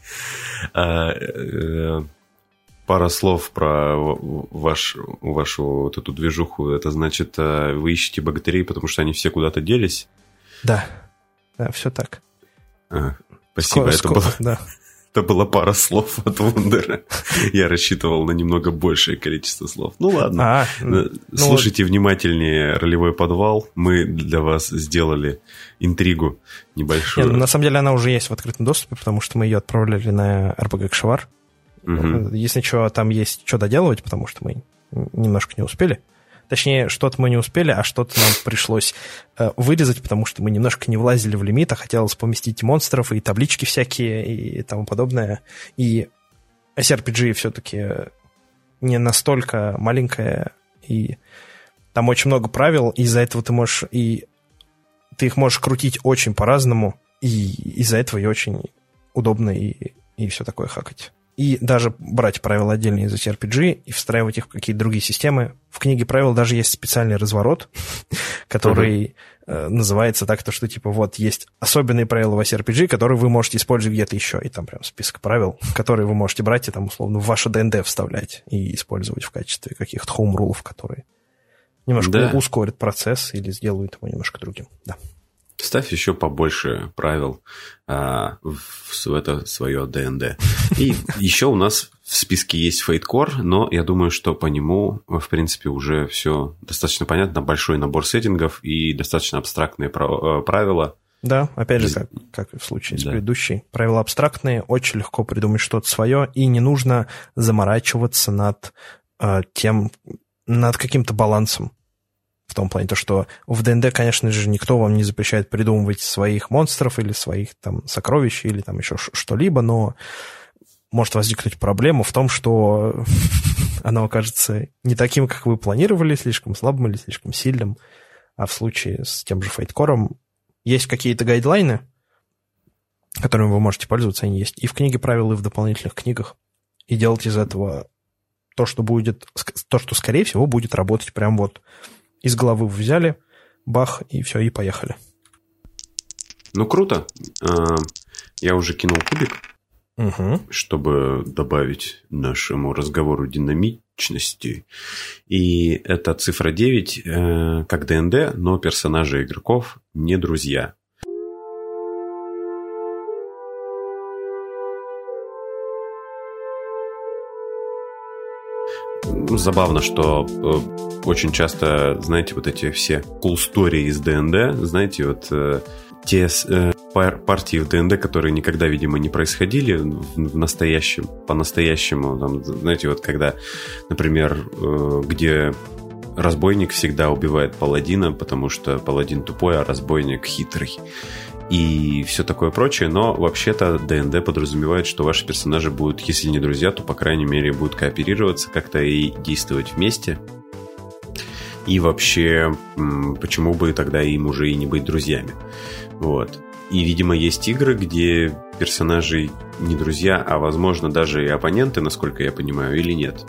А, э, пара слов про ваш, вашу вот эту движуху. Это значит, вы ищете богатырей, потому что они все куда-то делись? Да, да, все так. А, спасибо, Скоро, это, скоро, было, да. это была пара слов от Вундера. Я рассчитывал на немного большее количество слов. Ну ладно, а, слушайте ну, внимательнее «Ролевой подвал». Мы для вас сделали интригу небольшую. Нет, на самом деле она уже есть в открытом доступе, потому что мы ее отправляли на эр пи джи Кашевар. Угу. Если что, там есть что доделывать, потому что мы немножко не успели. Точнее, что-то мы не успели, а что-то нам пришлось э, вырезать, потому что мы немножко не влазили в лимит, а хотелось поместить монстров и таблички всякие и тому подобное. И эс ар пи джи все-таки не настолько маленькая, и там очень много правил, и из-за этого ты можешь и ты их можешь крутить очень по-разному, и из-за этого и очень удобно и, и все такое хакать. И даже брать правила отдельно из эс ар пи джи и встраивать их в какие-то другие системы. В книге правил даже есть специальный разворот, который uh-huh. э, называется так, то, что типа вот есть особенные правила в эс ар пи джи, которые вы можете использовать где-то еще. И там прям список правил, которые вы можете брать и там условно в ваше ди эн ди вставлять и использовать в качестве каких-то хоум-рулов, которые немножко да. ускорят процесс или сделают его немножко другим. Да. Ставь еще побольше правил а, в, в это свое ди эн ди. И еще у нас в списке есть Fate Core, но я думаю, что по нему, в принципе, уже все достаточно понятно. Большой набор сеттингов и достаточно абстрактные правила. Да, опять же, как, как и в случае с да. предыдущей. Правила абстрактные, очень легко придумать что-то свое, и не нужно заморачиваться над э, тем, над каким-то балансом. В том плане, то, что в ди эн ди, конечно же, никто вам не запрещает придумывать своих монстров или своих там сокровищ или там еще что-либо, но может возникнуть проблема в том, что оно окажется не таким, как вы планировали, слишком слабым или слишком сильным. А в случае с тем же Fate Core есть какие-то гайдлайны, которыми вы можете пользоваться, они есть и в книге правил, и в дополнительных книгах. И делать из этого то, что будет, то, что, скорее всего, будет работать прям вот из головы вы взяли, бах, и все, и поехали. Ну, круто. Я уже кинул кубик, угу. чтобы добавить нашему разговору динамичности. И это цифра девять, как ди эн ди, но персонажи игроков не друзья. Забавно, что э, очень часто, знаете, вот эти все cool story из ди эн ди, знаете, вот э, те э, пар- партии в ди эн ди, которые никогда, видимо, не происходили в, в настоящем, по-настоящему, там, знаете, вот когда, например, э, где разбойник всегда убивает паладина, потому что паладин тупой, а разбойник хитрый. И все такое прочее, но вообще-то ди эн ди подразумевает, что ваши персонажи будут, если не друзья, то, по крайней мере, будут кооперироваться как-то и действовать вместе. И вообще, почему бы тогда им уже и не быть друзьями? Вот. И, видимо, есть игры, где персонажи не друзья, а, возможно, даже и оппоненты, насколько я понимаю, или нет?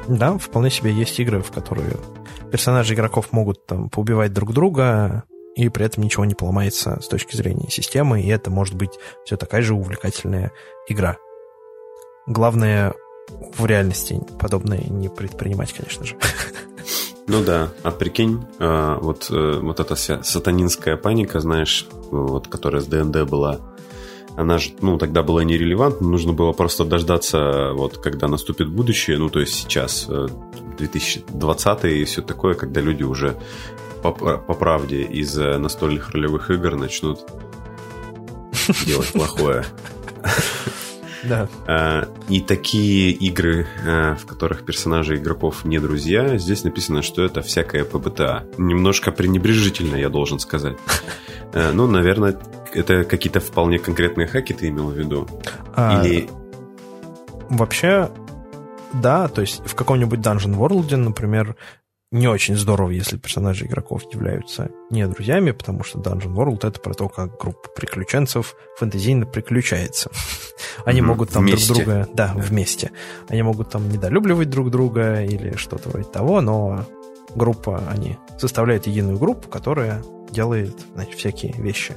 Да, вполне себе есть игры, в которые персонажи игроков могут там поубивать друг друга, и при этом ничего не поломается с точки зрения системы, и это может быть все такая же увлекательная игра. Главное в реальности подобное не предпринимать, конечно же. Ну да, а прикинь, вот, вот эта вся сатанинская паника, знаешь, вот, которая с ДНД была, она же, ну, тогда была нерелевантна, нужно было просто дождаться, вот, когда наступит будущее, ну, то есть сейчас, две тысячи двадцатый и все такое, когда люди уже по, по правде из настольных ролевых игр начнут делать плохое. Да. И такие игры, в которых персонажи игроков не друзья, здесь написано, что это всякое ПБТА. Немножко пренебрежительно, я должен сказать. Ну, наверное, это какие-то вполне конкретные хаки ты имел в виду? Или... А, вообще, да, то есть в каком-нибудь Dungeon World, например, не очень здорово, если персонажи игроков являются не друзьями, потому что Dungeon World — это про то, как группа приключенцев фэнтезийно приключается. Они mm-hmm. могут там вместе. друг друга... Да, yeah. вместе. Они могут там недолюбливать друг друга или что-то вроде того, но группа, они составляют единую группу, которая делает, значит, всякие вещи.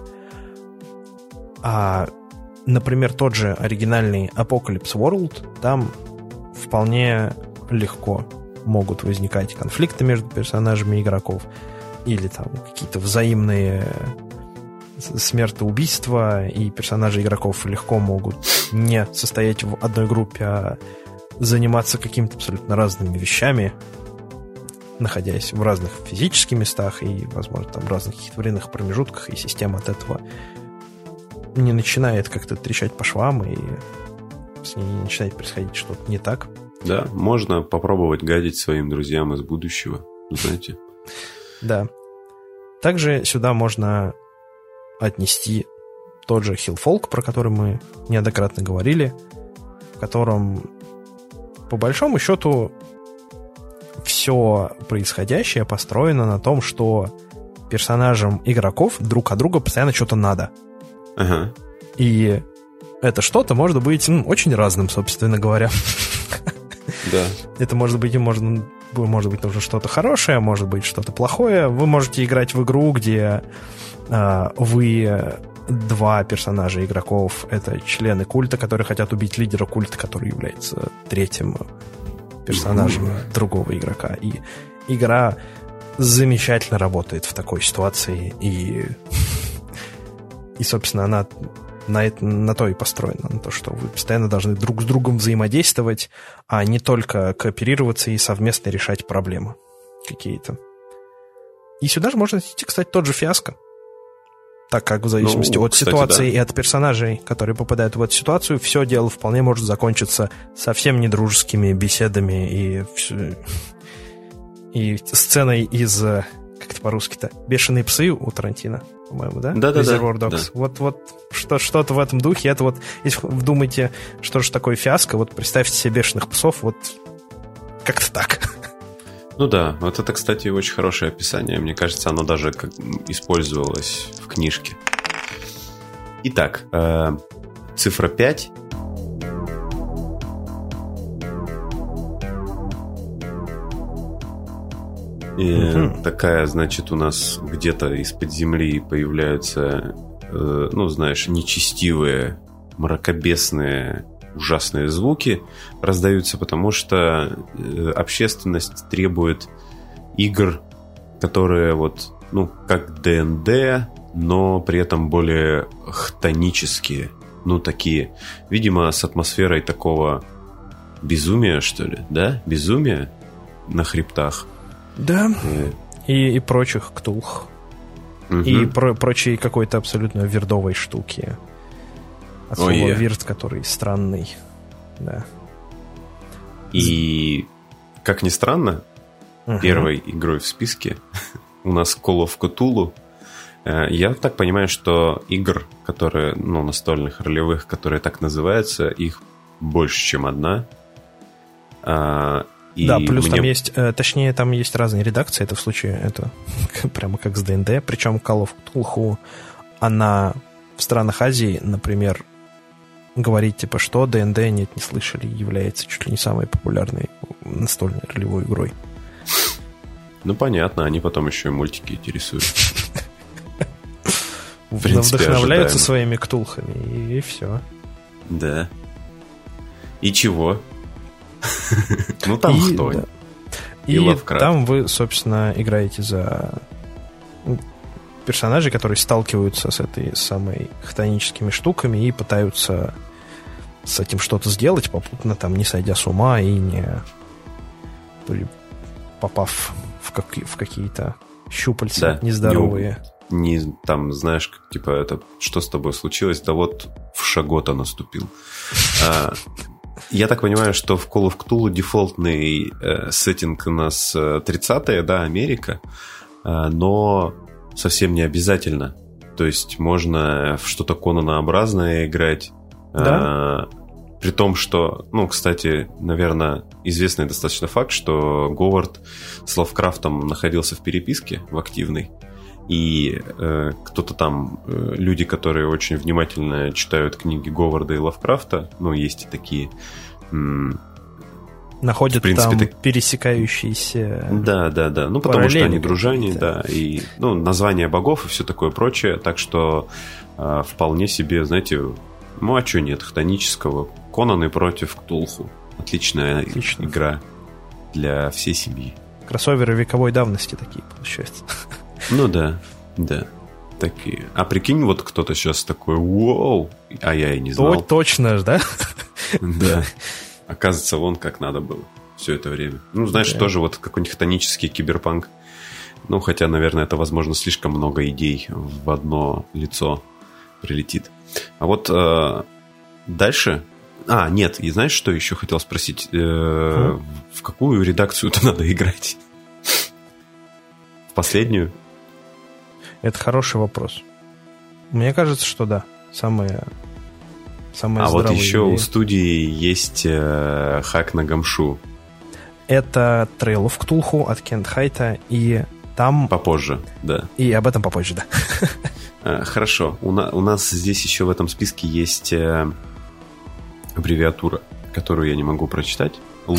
А, например, тот же оригинальный Apocalypse World, там вполне легко могут возникать конфликты между персонажами игроков или там какие-то взаимные смертоубийства, и персонажи игроков легко могут не состоять в одной группе, а заниматься какими-то абсолютно разными вещами, находясь в разных физических местах и, возможно, там в разных каких-то временных промежутках, и система от этого не начинает как-то трещать по швам, и с ней не начинает происходить что-то не так. Да, можно попробовать гадить своим друзьям из будущего, знаете. Да. Также сюда можно отнести тот же Hillfolk, про который мы неоднократно говорили, в котором, по большому счету, все происходящее построено на том, что персонажам игроков друг от друга постоянно что-то надо. Ага. И это что-то может быть ну, очень разным, собственно говоря. Да. Это может быть, можно, может быть нужно что-то хорошее, может быть что-то плохое. Вы можете играть в игру, где э, вы два персонажа игроков. Это члены культа, которые хотят убить лидера культа, который является третьим персонажем mm-hmm. другого игрока. И игра замечательно работает в такой ситуации. И, и собственно, она... На, это, на то и построено, на то, что вы постоянно должны друг с другом взаимодействовать, а не только кооперироваться и совместно решать проблемы какие-то. И сюда же можно отнести, кстати, тот же Фиаско. Так как в зависимости ну, от кстати, ситуации да. и от персонажей, которые попадают в эту ситуацию, все дело вполне может закончиться совсем недружескими беседами и, и сценой из... Как это по-русски-то? «Бешеные псы» у Тарантино, по-моему, да? Да-да-да. Reservoir Dogs. Да. Вот, вот что, что-то в этом духе. Это вот, если вы думаете, что же такое Фиаско, вот представьте себе «Бешеных псов», вот как-то так. Ну да, вот это, кстати, очень хорошее описание. Мне кажется, оно даже как использовалось в книжке. Итак, э, цифра пять. И uh-huh. такая, значит, у нас где-то из-под земли появляются, э, ну, знаешь, нечестивые, мракобесные, ужасные звуки раздаются, потому что э, общественность требует игр, которые вот, ну, как ДНД, но при этом более хтонические, ну, такие, видимо, с атмосферой такого безумия, что ли, да? Безумия на хребтах. Да, и, и прочих ктулх. Угу. И про, прочей какой-то абсолютно вирдовой штуки. От слова Ой, вирт, который странный. Да. И, как ни странно, угу. первой игрой в списке у нас Call of Cthulhu. Я так понимаю, что игр, которые, ну, настольных, ролевых, которые так называются, их больше, чем одна. И да, плюс мне... там есть, э, точнее, там есть разные редакции. Это в случае, это прямо как с ДНД. Причем Call of Cthulhu, она в странах Азии, например, говорит, типа, что ДНД нет, не слышали, является чуть ли не самой популярной настольной ролевой игрой. Ну, понятно, они потом еще и мультики интересуют. Вдохновляются своими ктулхами, и все. Да. И чего? Ну, там Хтонь. И там вы, собственно, играете за персонажей, которые сталкиваются с этой самой хтоническими штуками и пытаются с этим что-то сделать, попутно там не сойдя с ума и не попав в, как, в какие-то щупальца да, нездоровые. Не, не там, знаешь, как, типа, это что с тобой случилось? Да вот в Шагота наступил. а, Я так понимаю, что в Call of Cthulhu дефолтный э, сеттинг у нас тридцатые, да, Америка, э, но совсем не обязательно. То есть можно в что-то конанообразное играть. Да? Э, при том, что, ну, кстати, наверное, известный достаточно факт, что Говард с Лавкрафтом находился в переписке, в активной. И э, кто-то там, э, люди, которые очень внимательно читают книги Говарда и Лавкрафта, ну, есть и такие... М- находят принципе, там так... пересекающиеся... Да, да, да. Ну, потому что они дружане, да. И, ну, названия богов и все такое прочее. Так что э, вполне себе, знаете, ну, а что нет, хтонического. Конаны против Ктулху. Отличная Отлично. игра для всей семьи. Кроссоверы вековой давности такие, получается. Ну да, да. Такие. А прикинь, вот кто-то сейчас такой, вау, а я и не знал. Точно ж, да? Да. Оказывается, вон как надо было все это время. Ну, знаешь, да. тоже вот какой-нибудь хтонический киберпанк. Ну, хотя, наверное, это, возможно, слишком много идей в одно лицо прилетит. А вот э, дальше... А, нет, и знаешь, что еще хотел спросить? Э, mm. В какую редакцию-то надо играть? В последнюю? Это хороший вопрос. Мне кажется, что да. Самое, самое а здравое. Вот еще идея. У студии есть э, хак на Гамшу. Это Trail of Cthulhu от Кент Хайта, и там... Попозже, да. И об этом попозже, да. а, хорошо. У, на, у нас здесь еще в этом списке есть э, аббревиатура, которую я не могу прочитать.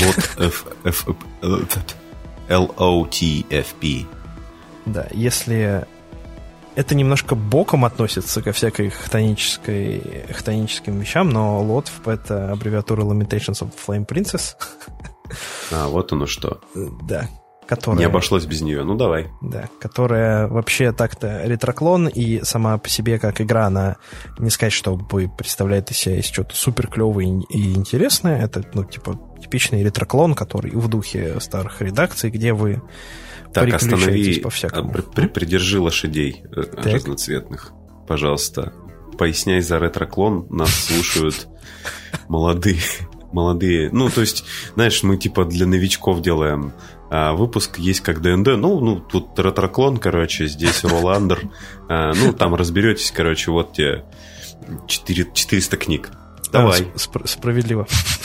эл о ти эф пи. Да, если... Это немножко боком относится ко всякой хтонической, хтоническим вещам, но лотф — это аббревиатура Lamentations of the Flame Princess. А, вот оно что. Да. Которая, не обошлось без нее, ну давай. Да, которая вообще так-то ретроклон, и сама по себе как игра, она, не сказать, чтобы представляет из себя что-то супер клевое и интересное. Это, ну, типа, типичный ретроклон, который в духе старых редакций, где вы так, останови, по-всякому. При, придержи лошадей так. разноцветных, пожалуйста. Поясняй за ретроклон, нас слушают молодые, молодые. Ну, то есть, знаешь, мы типа для новичков делаем а, выпуск, есть как ДНД. Ну, ну тут ретроклон, короче, здесь Роландер. А, ну, там разберетесь, короче, вот те четыреста книг. Давай. А, сп- справедливо.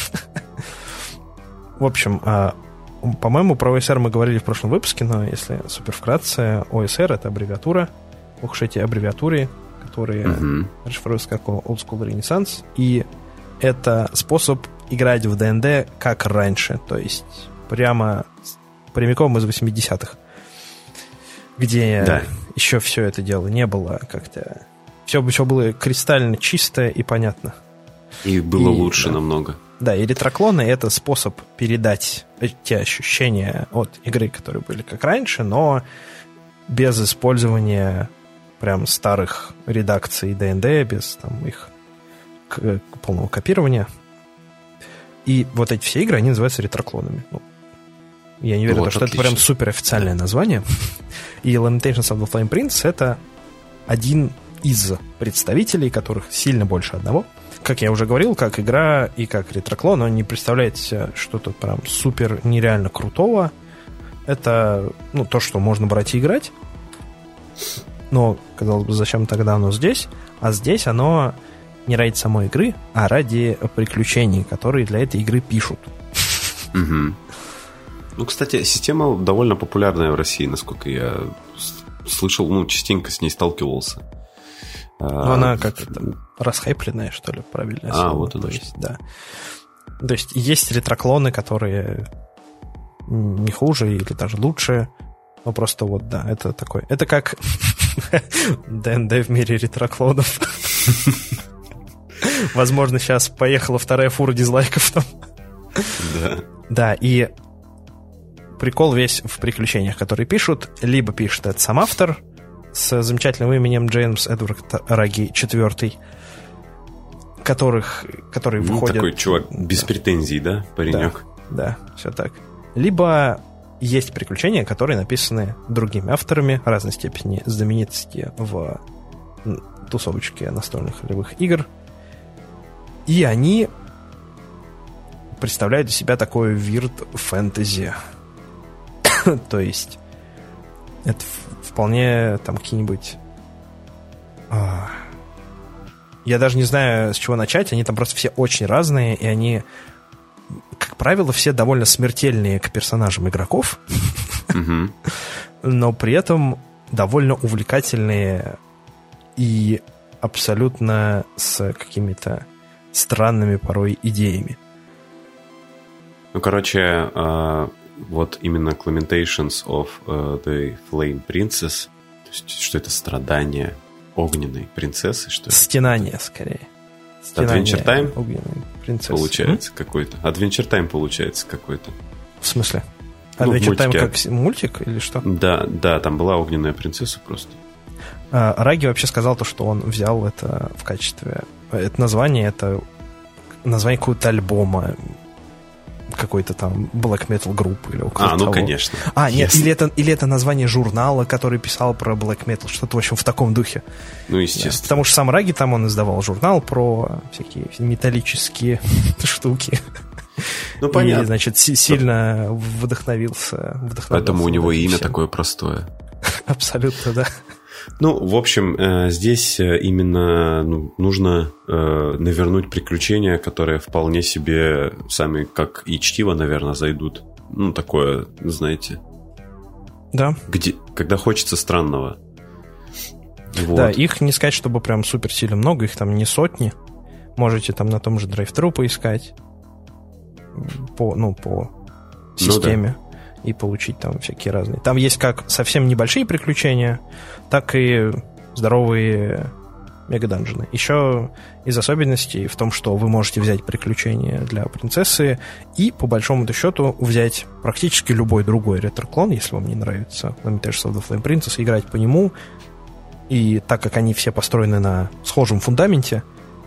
В общем, по-моему, про о эс эр мы говорили в прошлом выпуске, но если супер вкратце, о эс эр — это аббревиатура. Ох уж эти аббревиатуры, которые uh-huh. расшифруются как Old School Renaissance. И это способ играть в ДНД как раньше, то есть прямо прямиком из восьмидесятых, где да. еще все это дело не было как-то... Все, все было кристально чистое и понятно. И было и, лучше да. намного. Да, и ретроклоны — это способ передать те ощущения от игры, которые были как раньше, но без использования прям старых редакций ДНД, без там их к- полного копирования. И вот эти все игры, они называются ретроклонами. Ну, я не верю, вот, что отлично. Это прям супер официальное название. И Lamentations of the Flame Prince — это один из представителей, которых сильно больше одного. Как я уже говорил, как игра и как ретроклон, он не представляет себя что-то прям супер нереально крутого. Это, ну, то, что можно брать и играть. Но, казалось бы, зачем тогда оно здесь? А здесь оно не ради самой игры, а ради приключений, которые для этой игры пишут. Угу. Ну, кстати, система довольно популярная в России, насколько я слышал, ну, частенько с ней сталкивался. Ну, она как это, расхайпленная, что ли, правильно? А, слово. Вот оно. То есть, да. То есть есть ретроклоны, которые не хуже или даже лучше. Ну, просто вот, да, это такой... Это как ди энд ди в мире ретроклонов. Возможно, сейчас поехала вторая фура дизлайков там. Да. Да, и прикол весь в приключениях, которые пишут. Либо пишет это сам автор с замечательным именем Джеймс Эдвард Раги четвертый, которых, который ну, выходит... Такой чувак без да. претензий, да, паренек? Да, да, все так. Либо есть приключения, которые написаны другими авторами разной степени знаменитости в тусовочке настольных ролевых игр. И они представляют из себя такое вирт-фэнтези. То есть это вполне там какие-нибудь... А... Я даже не знаю, с чего начать. Они там просто все очень разные, и они, как правило, все довольно смертельные к персонажам игроков, mm-hmm. но при этом довольно увлекательные и абсолютно с какими-то странными порой идеями. Ну, короче, uh, вот именно Lamentations of uh, the Flame Princess, то есть, что это страдания огненной принцессы, что ли? Стенание, скорее. Стенание Adventure Time? Огненной принцессы. Получается М? какой-то. Adventure Time получается какой-то. В смысле? Ну, Adventure Time как мультик или что? Да, да, там была огненная принцесса просто. А, Раги вообще сказал то, что он взял это в качестве... Это название, это название какого-то альбома, какой-то там black metal группы или около А, ну, того. конечно. А, нет, Yes. или это, или это название журнала, который писал про black metal, что-то, в общем, в таком духе. Ну, естественно. Да, потому что сам Раги там, он издавал журнал про всякие металлические штуки. Ну, понятно. И, значит, си- сильно вдохновился. вдохновился Поэтому у него имя всем. такое простое. Абсолютно, да. Ну, в общем, здесь именно ну, нужно э, навернуть приключения, которые вполне себе сами, как и чтиво, наверное, зайдут. Ну, такое, знаете. Да. Где, когда хочется странного. Вот. Да, их не сказать, чтобы прям супер сильно много, их там не сотни. Можете там на том же драйв-тру поискать по, ну, по системе. Ну, да. И получить там всякие разные. Там есть как совсем небольшие приключения, так и здоровые мегаданжены. Еще из особенностей в том, что вы можете взять приключения для принцессы и, по большому счету, взять практически любой другой ретро-клон, если вам не нравится Lamentations of the Flame Princess, играть по нему. И так как они все построены на схожем фундаменте,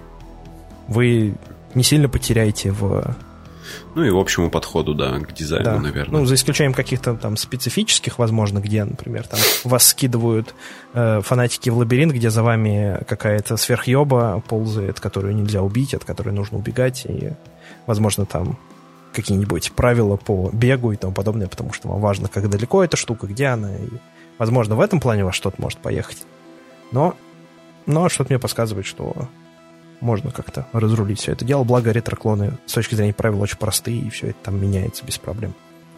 вы не сильно потеряете в... Ну и общему подходу, да, к дизайну, да. наверное. Ну, за исключением каких-то там специфических, возможно, где, например, там вас скидывают э, фанатики в лабиринт, где за вами какая-то сверхъеба ползает, которую нельзя убить, от которой нужно убегать, и, возможно, там какие-нибудь правила по бегу и тому подобное, потому что вам важно, как далеко эта штука, где она, и, возможно, в этом плане у вас что-то может поехать. Но, но что-то мне подсказывает, что... можно как-то разрулить все это дело. Благо, ретроклоны с точки зрения правил очень простые, и все это там меняется без проблем.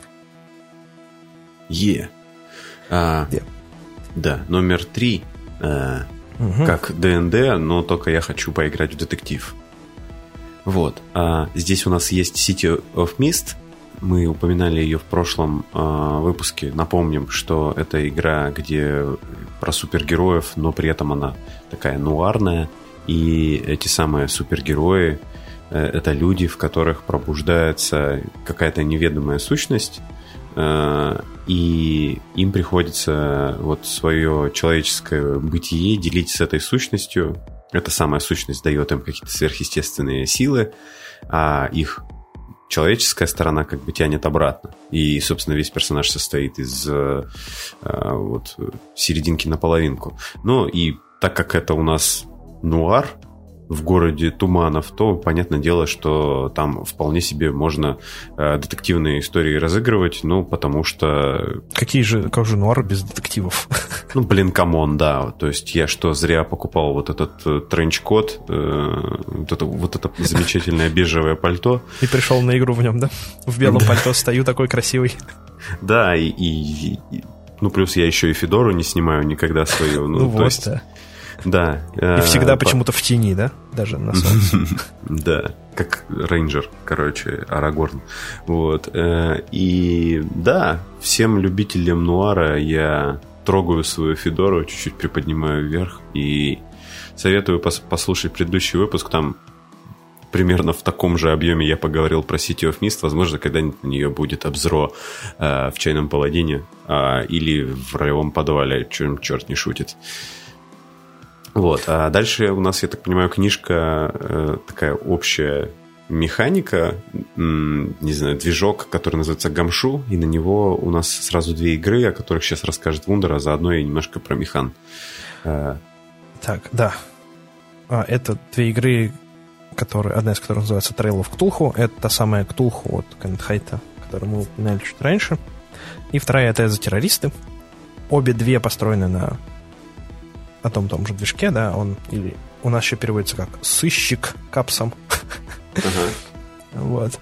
Е. Yeah. А, yeah. Да, номер три. А, угу. Как ди энд ди, но только я хочу поиграть в детектив. Вот. А, здесь у нас есть City of Mist. Мы упоминали ее в прошлом а, выпуске. Напомним, что это игра, где про супергероев, но при этом она такая нуарная. И эти самые супергерои — это люди, в которых пробуждается какая-то неведомая сущность, и им приходится вот свое человеческое бытие делить с этой сущностью. Эта самая сущность дает им какие-то сверхъестественные силы, а их человеческая сторона как бы тянет обратно. И, собственно, весь персонаж состоит из вот серединки на половинку. Ну и так как это у нас нуар в городе туманов, то понятное дело, что там вполне себе можно э, детективные истории разыгрывать, ну, потому что... Какие же, как же нуар без детективов? Ну, блин, камон, да. То есть я что, зря покупал вот этот э, тренч-кот, э, вот, это, вот это замечательное бежевое пальто. И пришел на игру в нем, да? В белом пальто стою такой красивый. Да, и, и, и... Ну, плюс я еще и федору не снимаю никогда свою. Ну, вот, да. Да. И всегда почему-то в тени, да? Даже на солнце. Да, как рейнджер, короче, Арагорн. Вот. И да, всем любителям нуара я трогаю свою федору, чуть-чуть приподнимаю вверх и советую послушать предыдущий выпуск. Там примерно в таком же объеме я поговорил про City of Mist. Возможно, когда-нибудь на нее будет обзор э, в Чайном Паладине э, или в Ролевом подвале, чем черт не шутит. Вот. А дальше у нас, я так понимаю, книжка э, такая общая механика, м, не знаю, движок, который называется Гамшу, и на него у нас сразу две игры, о которых сейчас расскажет Вундер, а заодно и немножко про механ. Э, так, да. А, это две игры, которые, одна из которых называется Trail of Cthulhu. Это та самая Cthulhu от Кеннет Хайта, которую мы упоминали чуть раньше. И вторая — это «Эзотеррористы». Обе две построены на одном том же движке, да, он или у нас еще переводится как «сыщик капсом». Вот.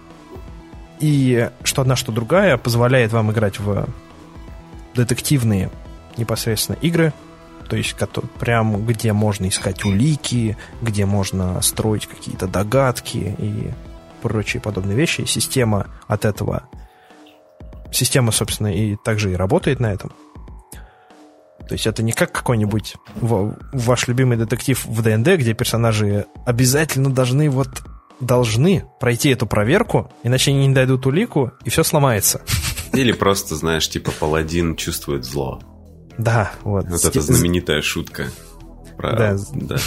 И что одна, что другая позволяет вам играть в детективные непосредственно игры, то есть прям где можно искать улики, где можно строить какие-то догадки и прочие подобные вещи. Система от этого... Система, собственно, и также и работает на этом. То есть это не как какой-нибудь ваш любимый детектив в ди энд ди, где персонажи обязательно должны вот должны пройти эту проверку, иначе они не дойдут улику, и все сломается. Или просто, знаешь, типа паладин чувствует зло. Да, вот. Вот эта знаменитая шутка. Про... Да. да.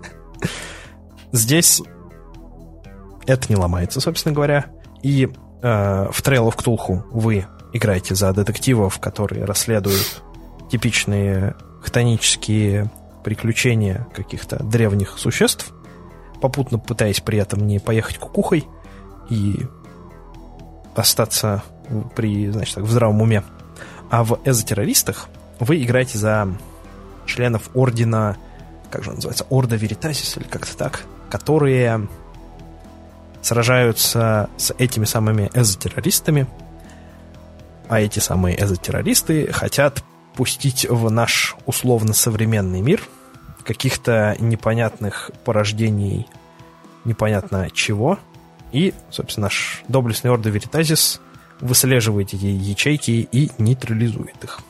Здесь это не ломается, собственно говоря. И э, в Trail of Cthulhu вы играете за детективов, которые расследуют типичные хтонические приключения каких-то древних существ, попутно пытаясь при этом не поехать кукухой и остаться при, значит, так, в здравом уме. А в «Эзотеррористах» вы играете за членов ордена, как же он называется, Орда Веритасис или как-то так, которые сражаются с этими самыми эзотеррористами, а эти самые эзотеррористы хотят пустить в наш условно-современный мир каких-то непонятных порождений, непонятно чего, и, собственно, наш доблестный Орда Веритасис выслеживает эти ячейки и нейтрализует их.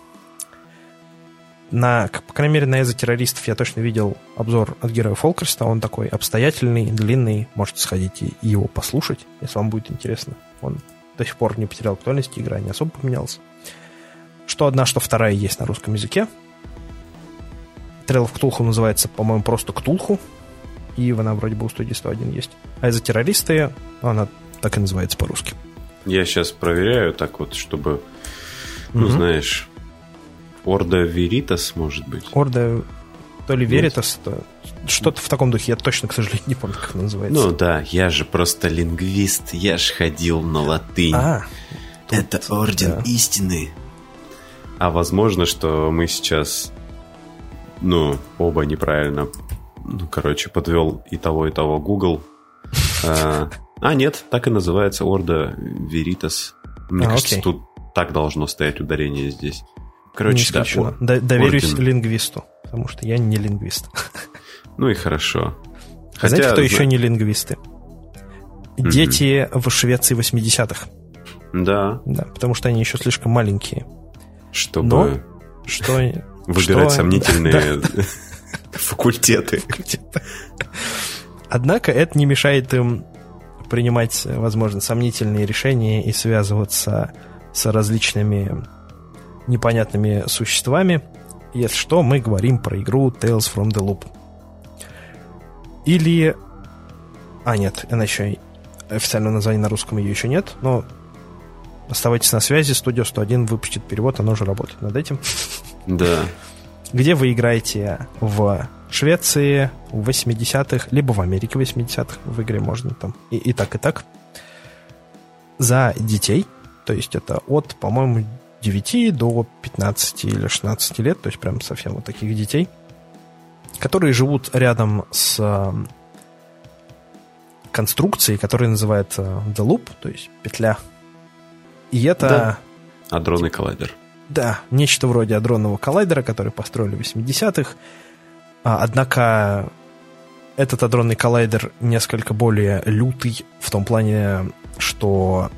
На, по крайней мере, на «Эзотеррористов» я точно видел обзор от Героя Фолкерста. Он такой обстоятельный, длинный. Можете сходить и его послушать, если вам будет интересно. Он до сих пор не потерял актуальности, игра не особо поменялась. Что одна, что вторая есть на русском языке. Trail of Cthulhu называется, по-моему, просто Cthulhu. И она вроде бы у студии сто один есть. А «Эзотеррористы», она так и называется по-русски. Я сейчас проверяю так вот, чтобы, ну, mm-hmm. знаешь... Орда Веритас, может быть? Орда то ли Веритас, то что-то в таком духе. Я точно, к сожалению, не помню, как это называется. Ну да, я же просто лингвист. Я ж ходил на латынь. А, тут, это орден да. истины. А возможно, что мы сейчас, ну, оба неправильно, ну, короче, подвел и того, и того Google. А, а нет, так и называется Орда Веритас. Мне а, кажется, окей. Тут так должно стоять ударение здесь. Короче, да, о, доверюсь орден. Лингвисту, потому что я не лингвист. Ну и хорошо. Хотя, знаете, кто зна... еще не лингвисты? Дети mm-hmm. в Швеции восьмидесятых. Да. Да, потому что они еще слишком маленькие. Чтобы Но, что... выбирать что... сомнительные факультеты. Однако это не мешает им принимать, возможно, сомнительные решения и связываться с различными... непонятными существами. Если что, мы говорим про игру Tales from the Loop. Или... А, нет, она еще... Официального названия на русском ее еще нет, но оставайтесь на связи. Студия сто один выпустит перевод, оно уже работает над этим. Да. Где вы играете в Швеции в восьмидесятых, либо в Америке в восьмидесятых. В игре можно там и, и так, и так. За детей. То есть это от, по-моему, девяти до пятнадцати или шестнадцати лет, то есть прям совсем вот таких детей, которые живут рядом с конструкцией, которая называется The Loop, то есть петля. И это... Да. Адронный коллайдер. Да, нечто вроде адронного коллайдера, который построили в восьмидесятых. Однако этот адронный коллайдер несколько более лютый в том плане, что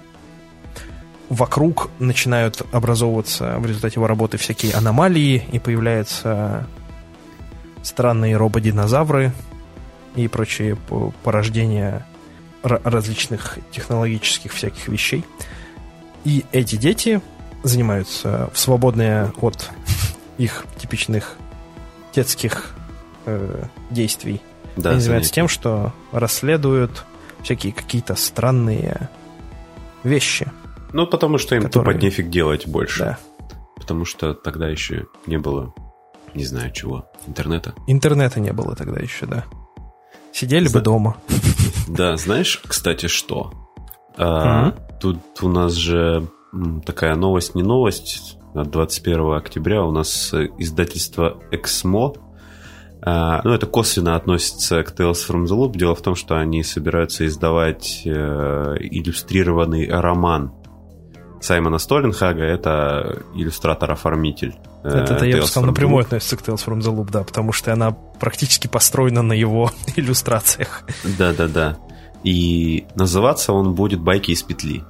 вокруг начинают образовываться в результате его работы всякие аномалии, и появляются странные рободинозавры и прочие порождения различных технологических всяких вещей. И эти дети занимаются в свободное от их типичных детских э, действий. Да, Они занимаются тем, что расследуют всякие какие-то странные вещи. Ну, потому что им которые... тупо нефиг делать больше. Да. Потому что тогда еще не было, не знаю чего, интернета. Интернета не было тогда еще, да. Сидели Зна... бы дома. Да, знаешь, кстати, что? А, mm-hmm. Тут у нас же такая новость, не новость. От двадцать первого октября у нас издательство Эксмо. А, ну, это косвенно относится к Tales from the Loop. Дело в том, что они собираются издавать э, иллюстрированный роман Саймона Столленхага. Это иллюстратор-оформитель. Э, это, я бы сказал, напрямую относится к Tales from the Loop, да, потому что она практически построена на его иллюстрациях. Да-да-да. И называться он будет «Байки из петли».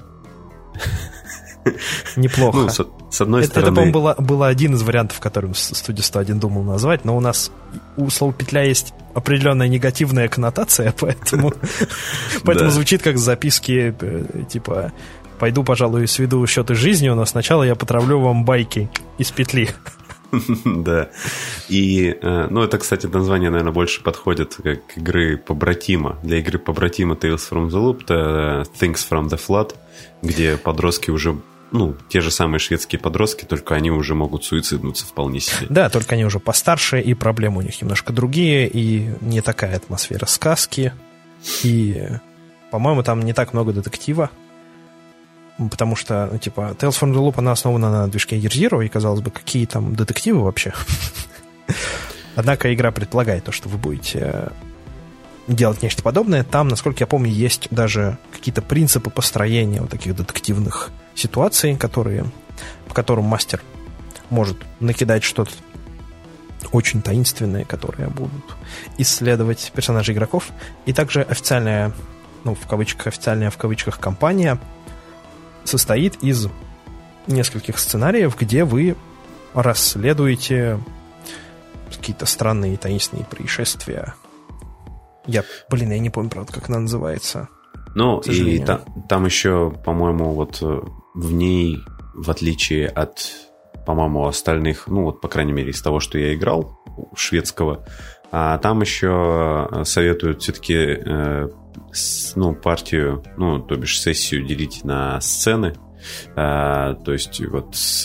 Неплохо. Ну, с, с одной это, стороны... Это, по-моему, было, было один из вариантов, который студия сто один думал назвать, но у нас у слова «петля» есть определенная негативная коннотация, поэтому, поэтому звучит как записки, типа «пойду, пожалуй, сведу счеты с жизнью, но сначала я потравлю вам байки из петли». Да. И, ну, это, кстати, название, наверное, больше подходит как игры побратима. Для игры побратима Tales from the Loop это Things from the Flood, где подростки уже, ну, те же самые шведские подростки, только они уже могут суициднуться вполне себе. Да, только они уже постарше, и проблемы у них немножко другие, и не такая атмосфера сказки. И, по-моему, там не так много детектива. Потому что, ну, типа, Tales from the Loop, она основана на движке Year Zero, и, казалось бы, какие там детективы вообще. Однако игра предполагает то, что вы будете делать нечто подобное. Там, насколько я помню, есть даже какие-то принципы построения вот таких детективных ситуаций, которые, по которым мастер может накидать что-то очень таинственное, которые будут исследовать персонажей игроков. И также официальная, ну, в кавычках, официальная в кавычках компания состоит из нескольких сценариев, где вы расследуете какие-то странные таинственные происшествия. Я, блин, я не помню, правда, как она называется. Ну, и та, там еще, по-моему, вот в ней, в отличие от, по-моему, остальных, ну, вот, по крайней мере, из того, что я играл, шведского, а там еще советуют все-таки э, с, ну, партию, ну, то бишь сессию делить на сцены, э, то есть вот с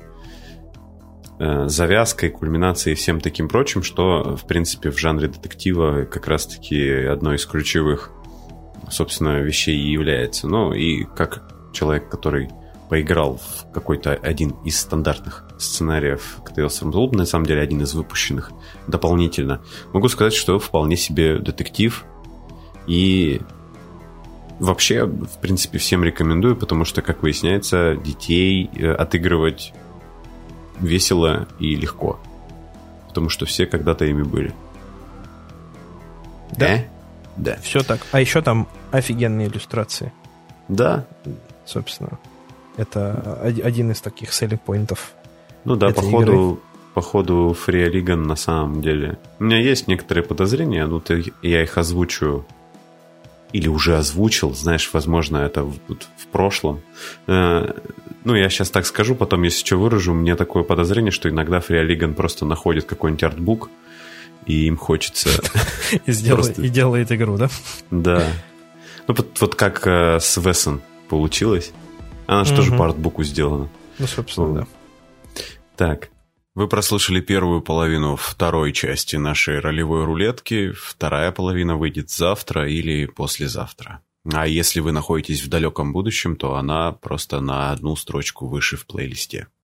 э, завязкой, кульминацией и всем таким прочим, что, в принципе, в жанре детектива как раз-таки одной из ключевых, собственно, вещей и является. Ну, и как человек, который поиграл в какой-то один из стандартных сценариев к Tales from the Loop, на самом деле один из выпущенных дополнительно, могу сказать, что вполне себе детектив. И вообще, в принципе, всем рекомендую, потому что, как выясняется, детей отыгрывать весело и легко. Потому что все когда-то ими были. Да? Э? Да. Все так. А еще там офигенные иллюстрации. Да. Собственно. Это один из таких селлинг-поинтов. Ну да, походу, походу Фриолиган на самом деле. У меня есть некоторые подозрения, ну ты, я их озвучу или уже озвучил, знаешь, возможно, это в, в прошлом. Э, ну, я сейчас так скажу, потом, если что выражу, у меня такое подозрение, что иногда Фриолиган просто находит какой-нибудь артбук, и им хочется... И делает игру, да? Да. Ну, вот как с Вессон получилось. Она же тоже по артбуку сделана. Ну, собственно, да. Так, вы прослушали первую половину второй части нашей ролевой рулетки. Вторая половина выйдет завтра или послезавтра. А если вы находитесь в далеком будущем, то она просто на одну строчку выше в плейлисте.